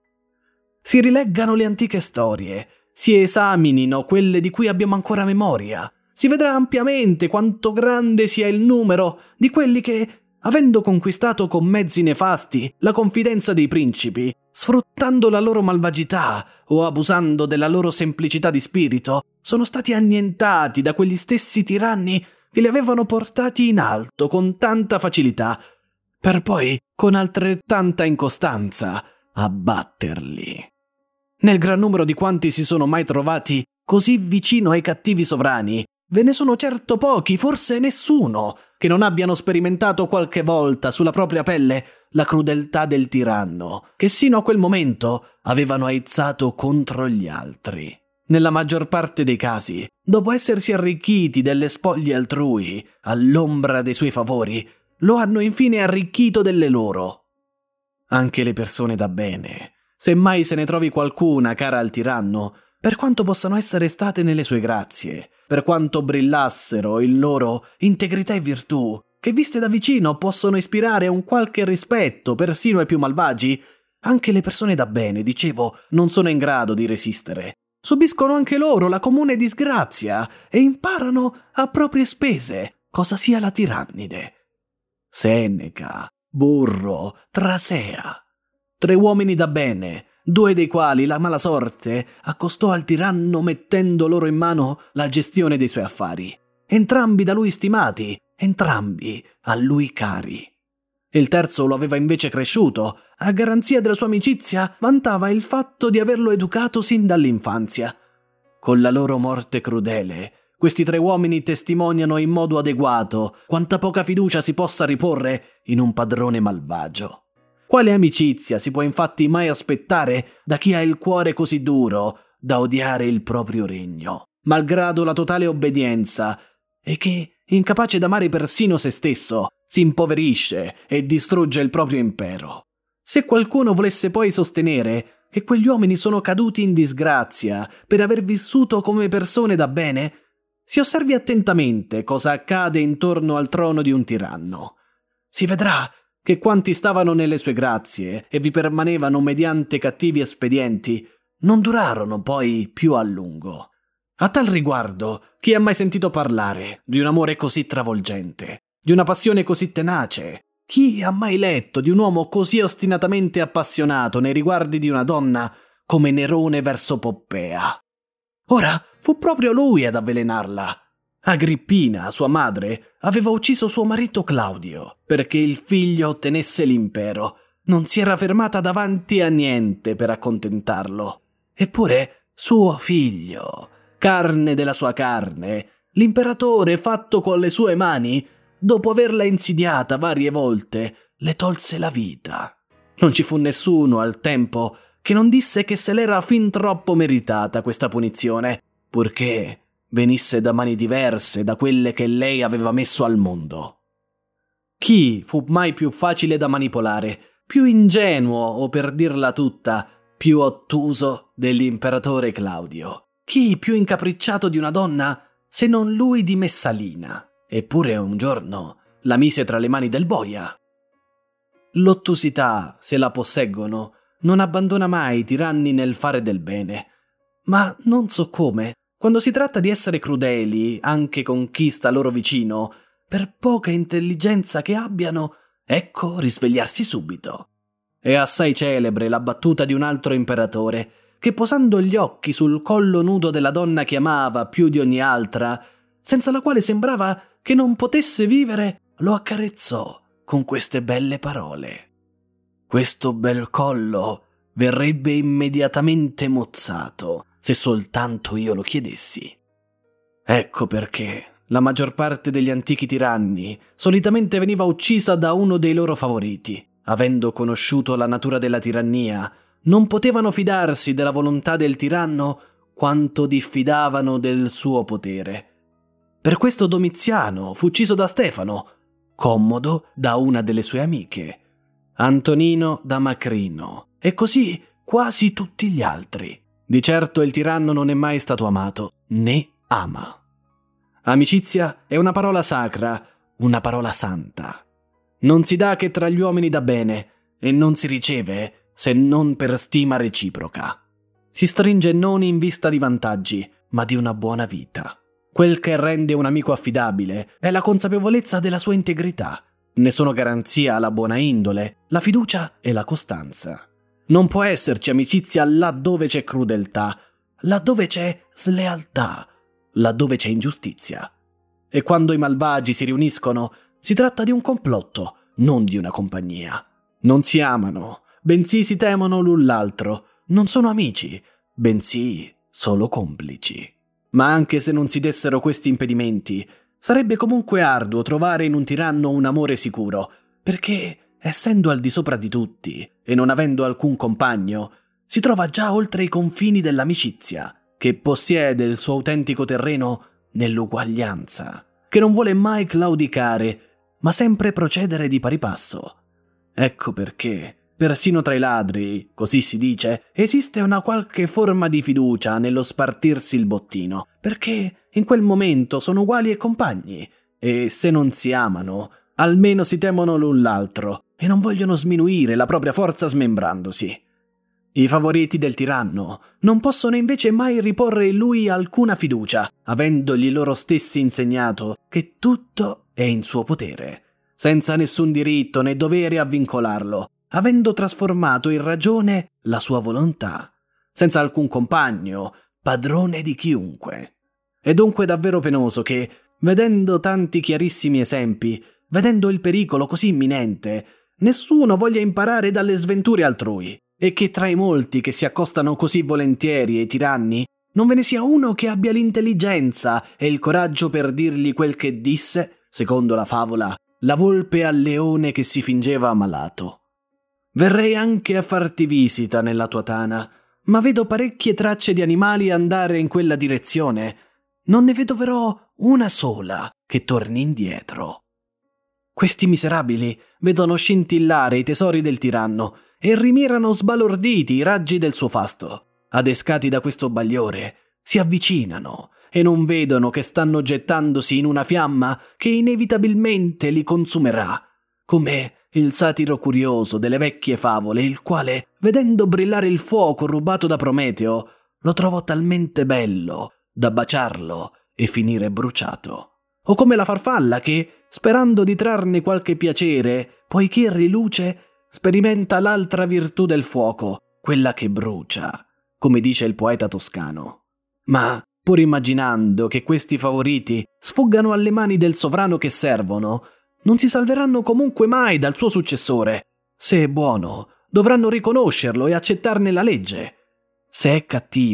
Si rileggano le antiche storie, si esaminino quelle di cui abbiamo ancora memoria, si vedrà ampiamente quanto grande sia il numero di quelli che, avendo conquistato con mezzi nefasti la confidenza dei principi, sfruttando la loro malvagità o abusando della loro semplicità di spirito, sono stati annientati da quegli stessi tiranni che li avevano portati in alto con tanta facilità, per poi, con altrettanta incostanza, abbatterli. Nel gran numero di quanti si sono mai trovati così vicino ai cattivi sovrani, ve ne sono certo pochi, forse nessuno, che non abbiano sperimentato qualche volta sulla propria pelle la crudeltà del tiranno, che sino a quel momento avevano aizzato contro gli altri. Nella maggior parte dei casi, dopo essersi arricchiti delle spoglie altrui, all'ombra dei suoi favori, lo hanno infine arricchito delle loro. Anche le persone da bene, se mai se ne trovi qualcuna cara al tiranno, per quanto possano essere state nelle sue grazie, per quanto brillassero in loro integrità e virtù, che viste da vicino possono ispirare un qualche rispetto persino ai più malvagi, anche le persone da bene, dicevo, non sono in grado di resistere. Subiscono anche loro la comune disgrazia e imparano a proprie spese cosa sia la tirannide. Seneca, Burro, Trasea. Tre uomini da bene, due dei quali la mala sorte accostò al tiranno mettendo loro in mano la gestione dei suoi affari. Entrambi da lui stimati, entrambi a lui cari. Il terzo lo aveva invece cresciuto, a garanzia della sua amicizia vantava il fatto di averlo educato sin dall'infanzia. Con la loro morte crudele, questi tre uomini testimoniano in modo adeguato quanta poca fiducia si possa riporre in un padrone malvagio. Quale amicizia si può infatti mai aspettare da chi ha il cuore così duro da odiare il proprio regno, malgrado la totale obbedienza, e che, incapace d'amare persino se stesso, si impoverisce e distrugge il proprio impero? Se qualcuno volesse poi sostenere che quegli uomini sono caduti in disgrazia per aver vissuto come persone da bene, si osservi attentamente cosa accade intorno al trono di un tiranno. Si vedrà che quanti stavano nelle sue grazie e vi permanevano mediante cattivi espedienti non durarono poi più a lungo. A tal riguardo, chi ha mai sentito parlare di un amore così travolgente, di una passione così tenace? Chi ha mai letto di un uomo così ostinatamente appassionato nei riguardi di una donna come Nerone verso Poppea? Ora fu proprio lui ad avvelenarla. Agrippina, sua madre, aveva ucciso suo marito Claudio perché il figlio ottenesse l'impero. Non si era fermata davanti a niente per accontentarlo. Eppure suo figlio, carne della sua carne, l'imperatore, fatto con le sue mani, dopo averla insidiata varie volte, le tolse la vita. Non ci fu nessuno al tempo che non disse che se l'era fin troppo meritata questa punizione, purché venisse da mani diverse da quelle che lei aveva messo al mondo. Chi fu mai più facile da manipolare, più ingenuo o, per dirla tutta, più ottuso dell'imperatore Claudio? Chi più incapricciato di una donna se non lui di Messalina? Eppure un giorno la mise tra le mani del boia. L'ottusità, se la posseggono, non abbandona mai i tiranni nel fare del bene. Ma non so come, quando si tratta di essere crudeli anche con chi sta loro vicino, per poca intelligenza che abbiano, ecco risvegliarsi subito. È assai celebre la battuta di un altro imperatore, che posando gli occhi sul collo nudo della donna che amava più di ogni altra, senza la quale sembrava che non potesse vivere, lo accarezzò con queste belle parole. Questo bel collo verrebbe immediatamente mozzato se soltanto io lo chiedessi. Ecco perché la maggior parte degli antichi tiranni solitamente veniva uccisa da uno dei loro favoriti. Avendo conosciuto la natura della tirannia, non potevano fidarsi della volontà del tiranno quanto diffidavano del suo potere. Per questo Domiziano fu ucciso da Stefano, Commodo da una delle sue amiche, Antonino da Macrino, e così quasi tutti gli altri. Di certo il tiranno non è mai stato amato, né ama. Amicizia è una parola sacra, una parola santa. Non si dà che tra gli uomini da bene e non si riceve se non per stima reciproca. Si stringe non in vista di vantaggi, ma di una buona vita. Quel che rende un amico affidabile è la consapevolezza della sua integrità. Ne sono garanzia la buona indole, la fiducia e la costanza. Non può esserci amicizia laddove c'è crudeltà, laddove c'è slealtà, laddove c'è ingiustizia. E quando i malvagi si riuniscono, si tratta di un complotto, non di una compagnia. Non si amano, bensì si temono l'un l'altro. Non sono amici, bensì solo complici. Ma anche se non si dessero questi impedimenti, sarebbe comunque arduo trovare in un tiranno un amore sicuro, perché, essendo al di sopra di tutti e non avendo alcun compagno, si trova già oltre i confini dell'amicizia, che possiede il suo autentico terreno nell'uguaglianza, che non vuole mai claudicare, ma sempre procedere di pari passo. Ecco perché, persino tra i ladri, così si dice, esiste una qualche forma di fiducia nello spartirsi il bottino, perché in quel momento sono uguali e compagni, e se non si amano, almeno si temono l'un l'altro e non vogliono sminuire la propria forza smembrandosi. I favoriti del tiranno non possono invece mai riporre in lui alcuna fiducia, avendogli loro stessi insegnato che tutto è in suo potere, senza nessun diritto né dovere a vincolarlo, avendo trasformato in ragione la sua volontà, senza alcun compagno, padrone di chiunque. È dunque davvero penoso che, vedendo tanti chiarissimi esempi, vedendo il pericolo così imminente, nessuno voglia imparare dalle sventure altrui, e che tra i molti che si accostano così volentieri ai tiranni, non ve ne sia uno che abbia l'intelligenza e il coraggio per dirgli quel che disse, secondo la favola, la volpe al leone che si fingeva ammalato. Verrei anche a farti visita nella tua tana, ma vedo parecchie tracce di animali andare in quella direzione. Non ne vedo però una sola che torni indietro. Questi miserabili vedono scintillare i tesori del tiranno e rimirano sbalorditi i raggi del suo fasto. Adescati da questo bagliore, si avvicinano e non vedono che stanno gettandosi in una fiamma che inevitabilmente li consumerà, come il satiro curioso delle vecchie favole, il quale, vedendo brillare il fuoco rubato da Prometeo, lo trovò talmente bello da baciarlo e finire bruciato. O come la farfalla che, sperando di trarne qualche piacere, poiché riluce, sperimenta l'altra virtù del fuoco, quella che brucia, come dice il poeta toscano. Ma, pur immaginando che questi favoriti sfuggano alle mani del sovrano che servono, non si salveranno comunque mai dal suo successore. Se è buono, dovranno riconoscerlo e accettarne la legge. Se è cattivo,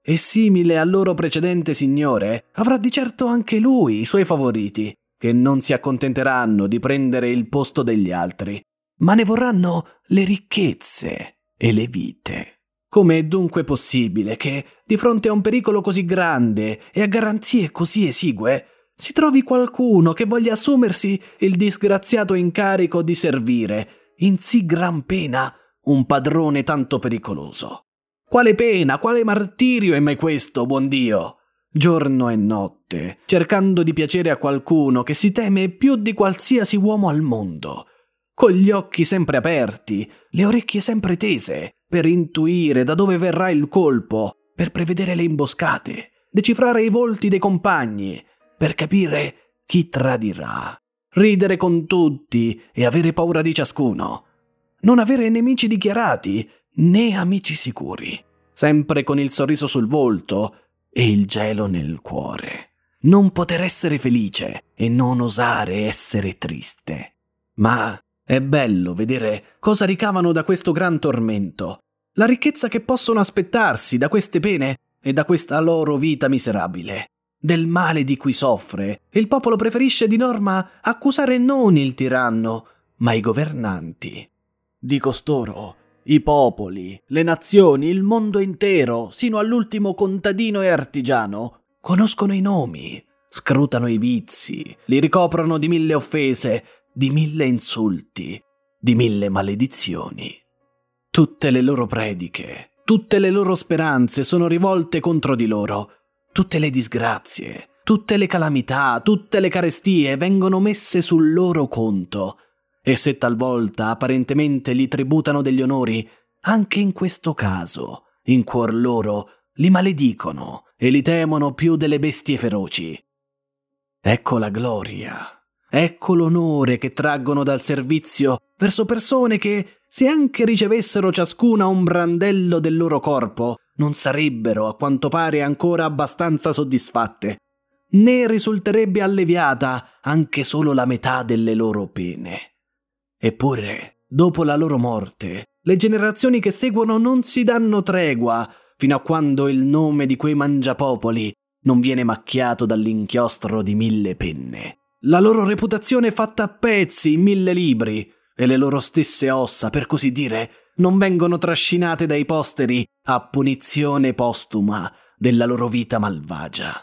e simile al loro precedente signore, avrà di certo anche lui i suoi favoriti, che non si accontenteranno di prendere il posto degli altri, ma ne vorranno le ricchezze e le vite. Come è dunque possibile che, di fronte a un pericolo così grande e a garanzie così esigue, si trovi qualcuno che voglia assumersi il disgraziato incarico di servire, in sì gran pena, un padrone tanto pericoloso? Quale pena, quale martirio è mai questo, buon Dio? Giorno e notte, cercando di piacere a qualcuno che si teme più di qualsiasi uomo al mondo, con gli occhi sempre aperti, le orecchie sempre tese, per intuire da dove verrà il colpo, per prevedere le imboscate, decifrare i volti dei compagni, per capire chi tradirà, ridere con tutti e avere paura di ciascuno, non avere nemici dichiarati né amici sicuri, sempre con il sorriso sul volto e il gelo nel cuore, non poter essere felice e non osare essere triste. Ma è bello vedere cosa ricavano da questo gran tormento, la ricchezza che possono aspettarsi da queste pene e da questa loro vita miserabile. Del male di cui soffre, il popolo preferisce di norma accusare non il tiranno, ma i governanti. Di costoro, i popoli, le nazioni, il mondo intero, sino all'ultimo contadino e artigiano, conoscono i nomi, scrutano i vizi, li ricoprono di mille offese, di mille insulti, di mille maledizioni. Tutte le loro prediche, tutte le loro speranze sono rivolte contro di loro. Tutte le disgrazie, tutte le calamità, tutte le carestie vengono messe sul loro conto. E se talvolta apparentemente li tributano degli onori, anche in questo caso, in cuor loro, li maledicono e li temono più delle bestie feroci. Ecco la gloria, ecco l'onore che traggono dal servizio verso persone che, se anche ricevessero ciascuna un brandello del loro corpo, non sarebbero, a quanto pare, ancora abbastanza soddisfatte, né risulterebbe alleviata anche solo la metà delle loro pene. Eppure, dopo la loro morte, le generazioni che seguono non si danno tregua fino a quando il nome di quei mangiapopoli non viene macchiato dall'inchiostro di mille penne. La loro reputazione è fatta a pezzi in mille libri e le loro stesse ossa, per così dire, non vengono trascinate dai posteri a punizione postuma della loro vita malvagia.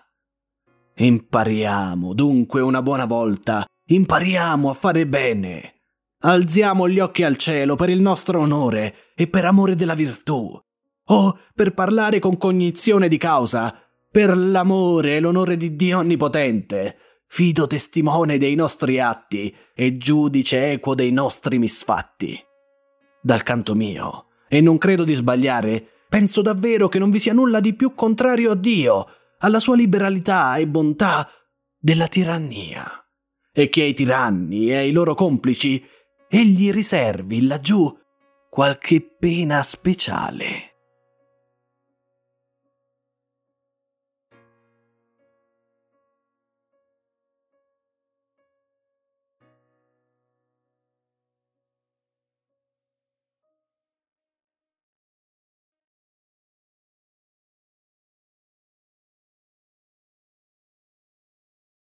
Impariamo dunque una buona volta, impariamo a fare bene. Alziamo gli occhi al cielo per il nostro onore e per amore della virtù, o per parlare con cognizione di causa, per l'amore e l'onore di Dio Onnipotente, fido testimone dei nostri atti e giudice equo dei nostri misfatti. Dal canto mio, e non credo di sbagliare, penso davvero che non vi sia nulla di più contrario a Dio, alla sua liberalità e bontà, della tirannia, e che ai tiranni e ai loro complici egli riservi laggiù qualche pena speciale.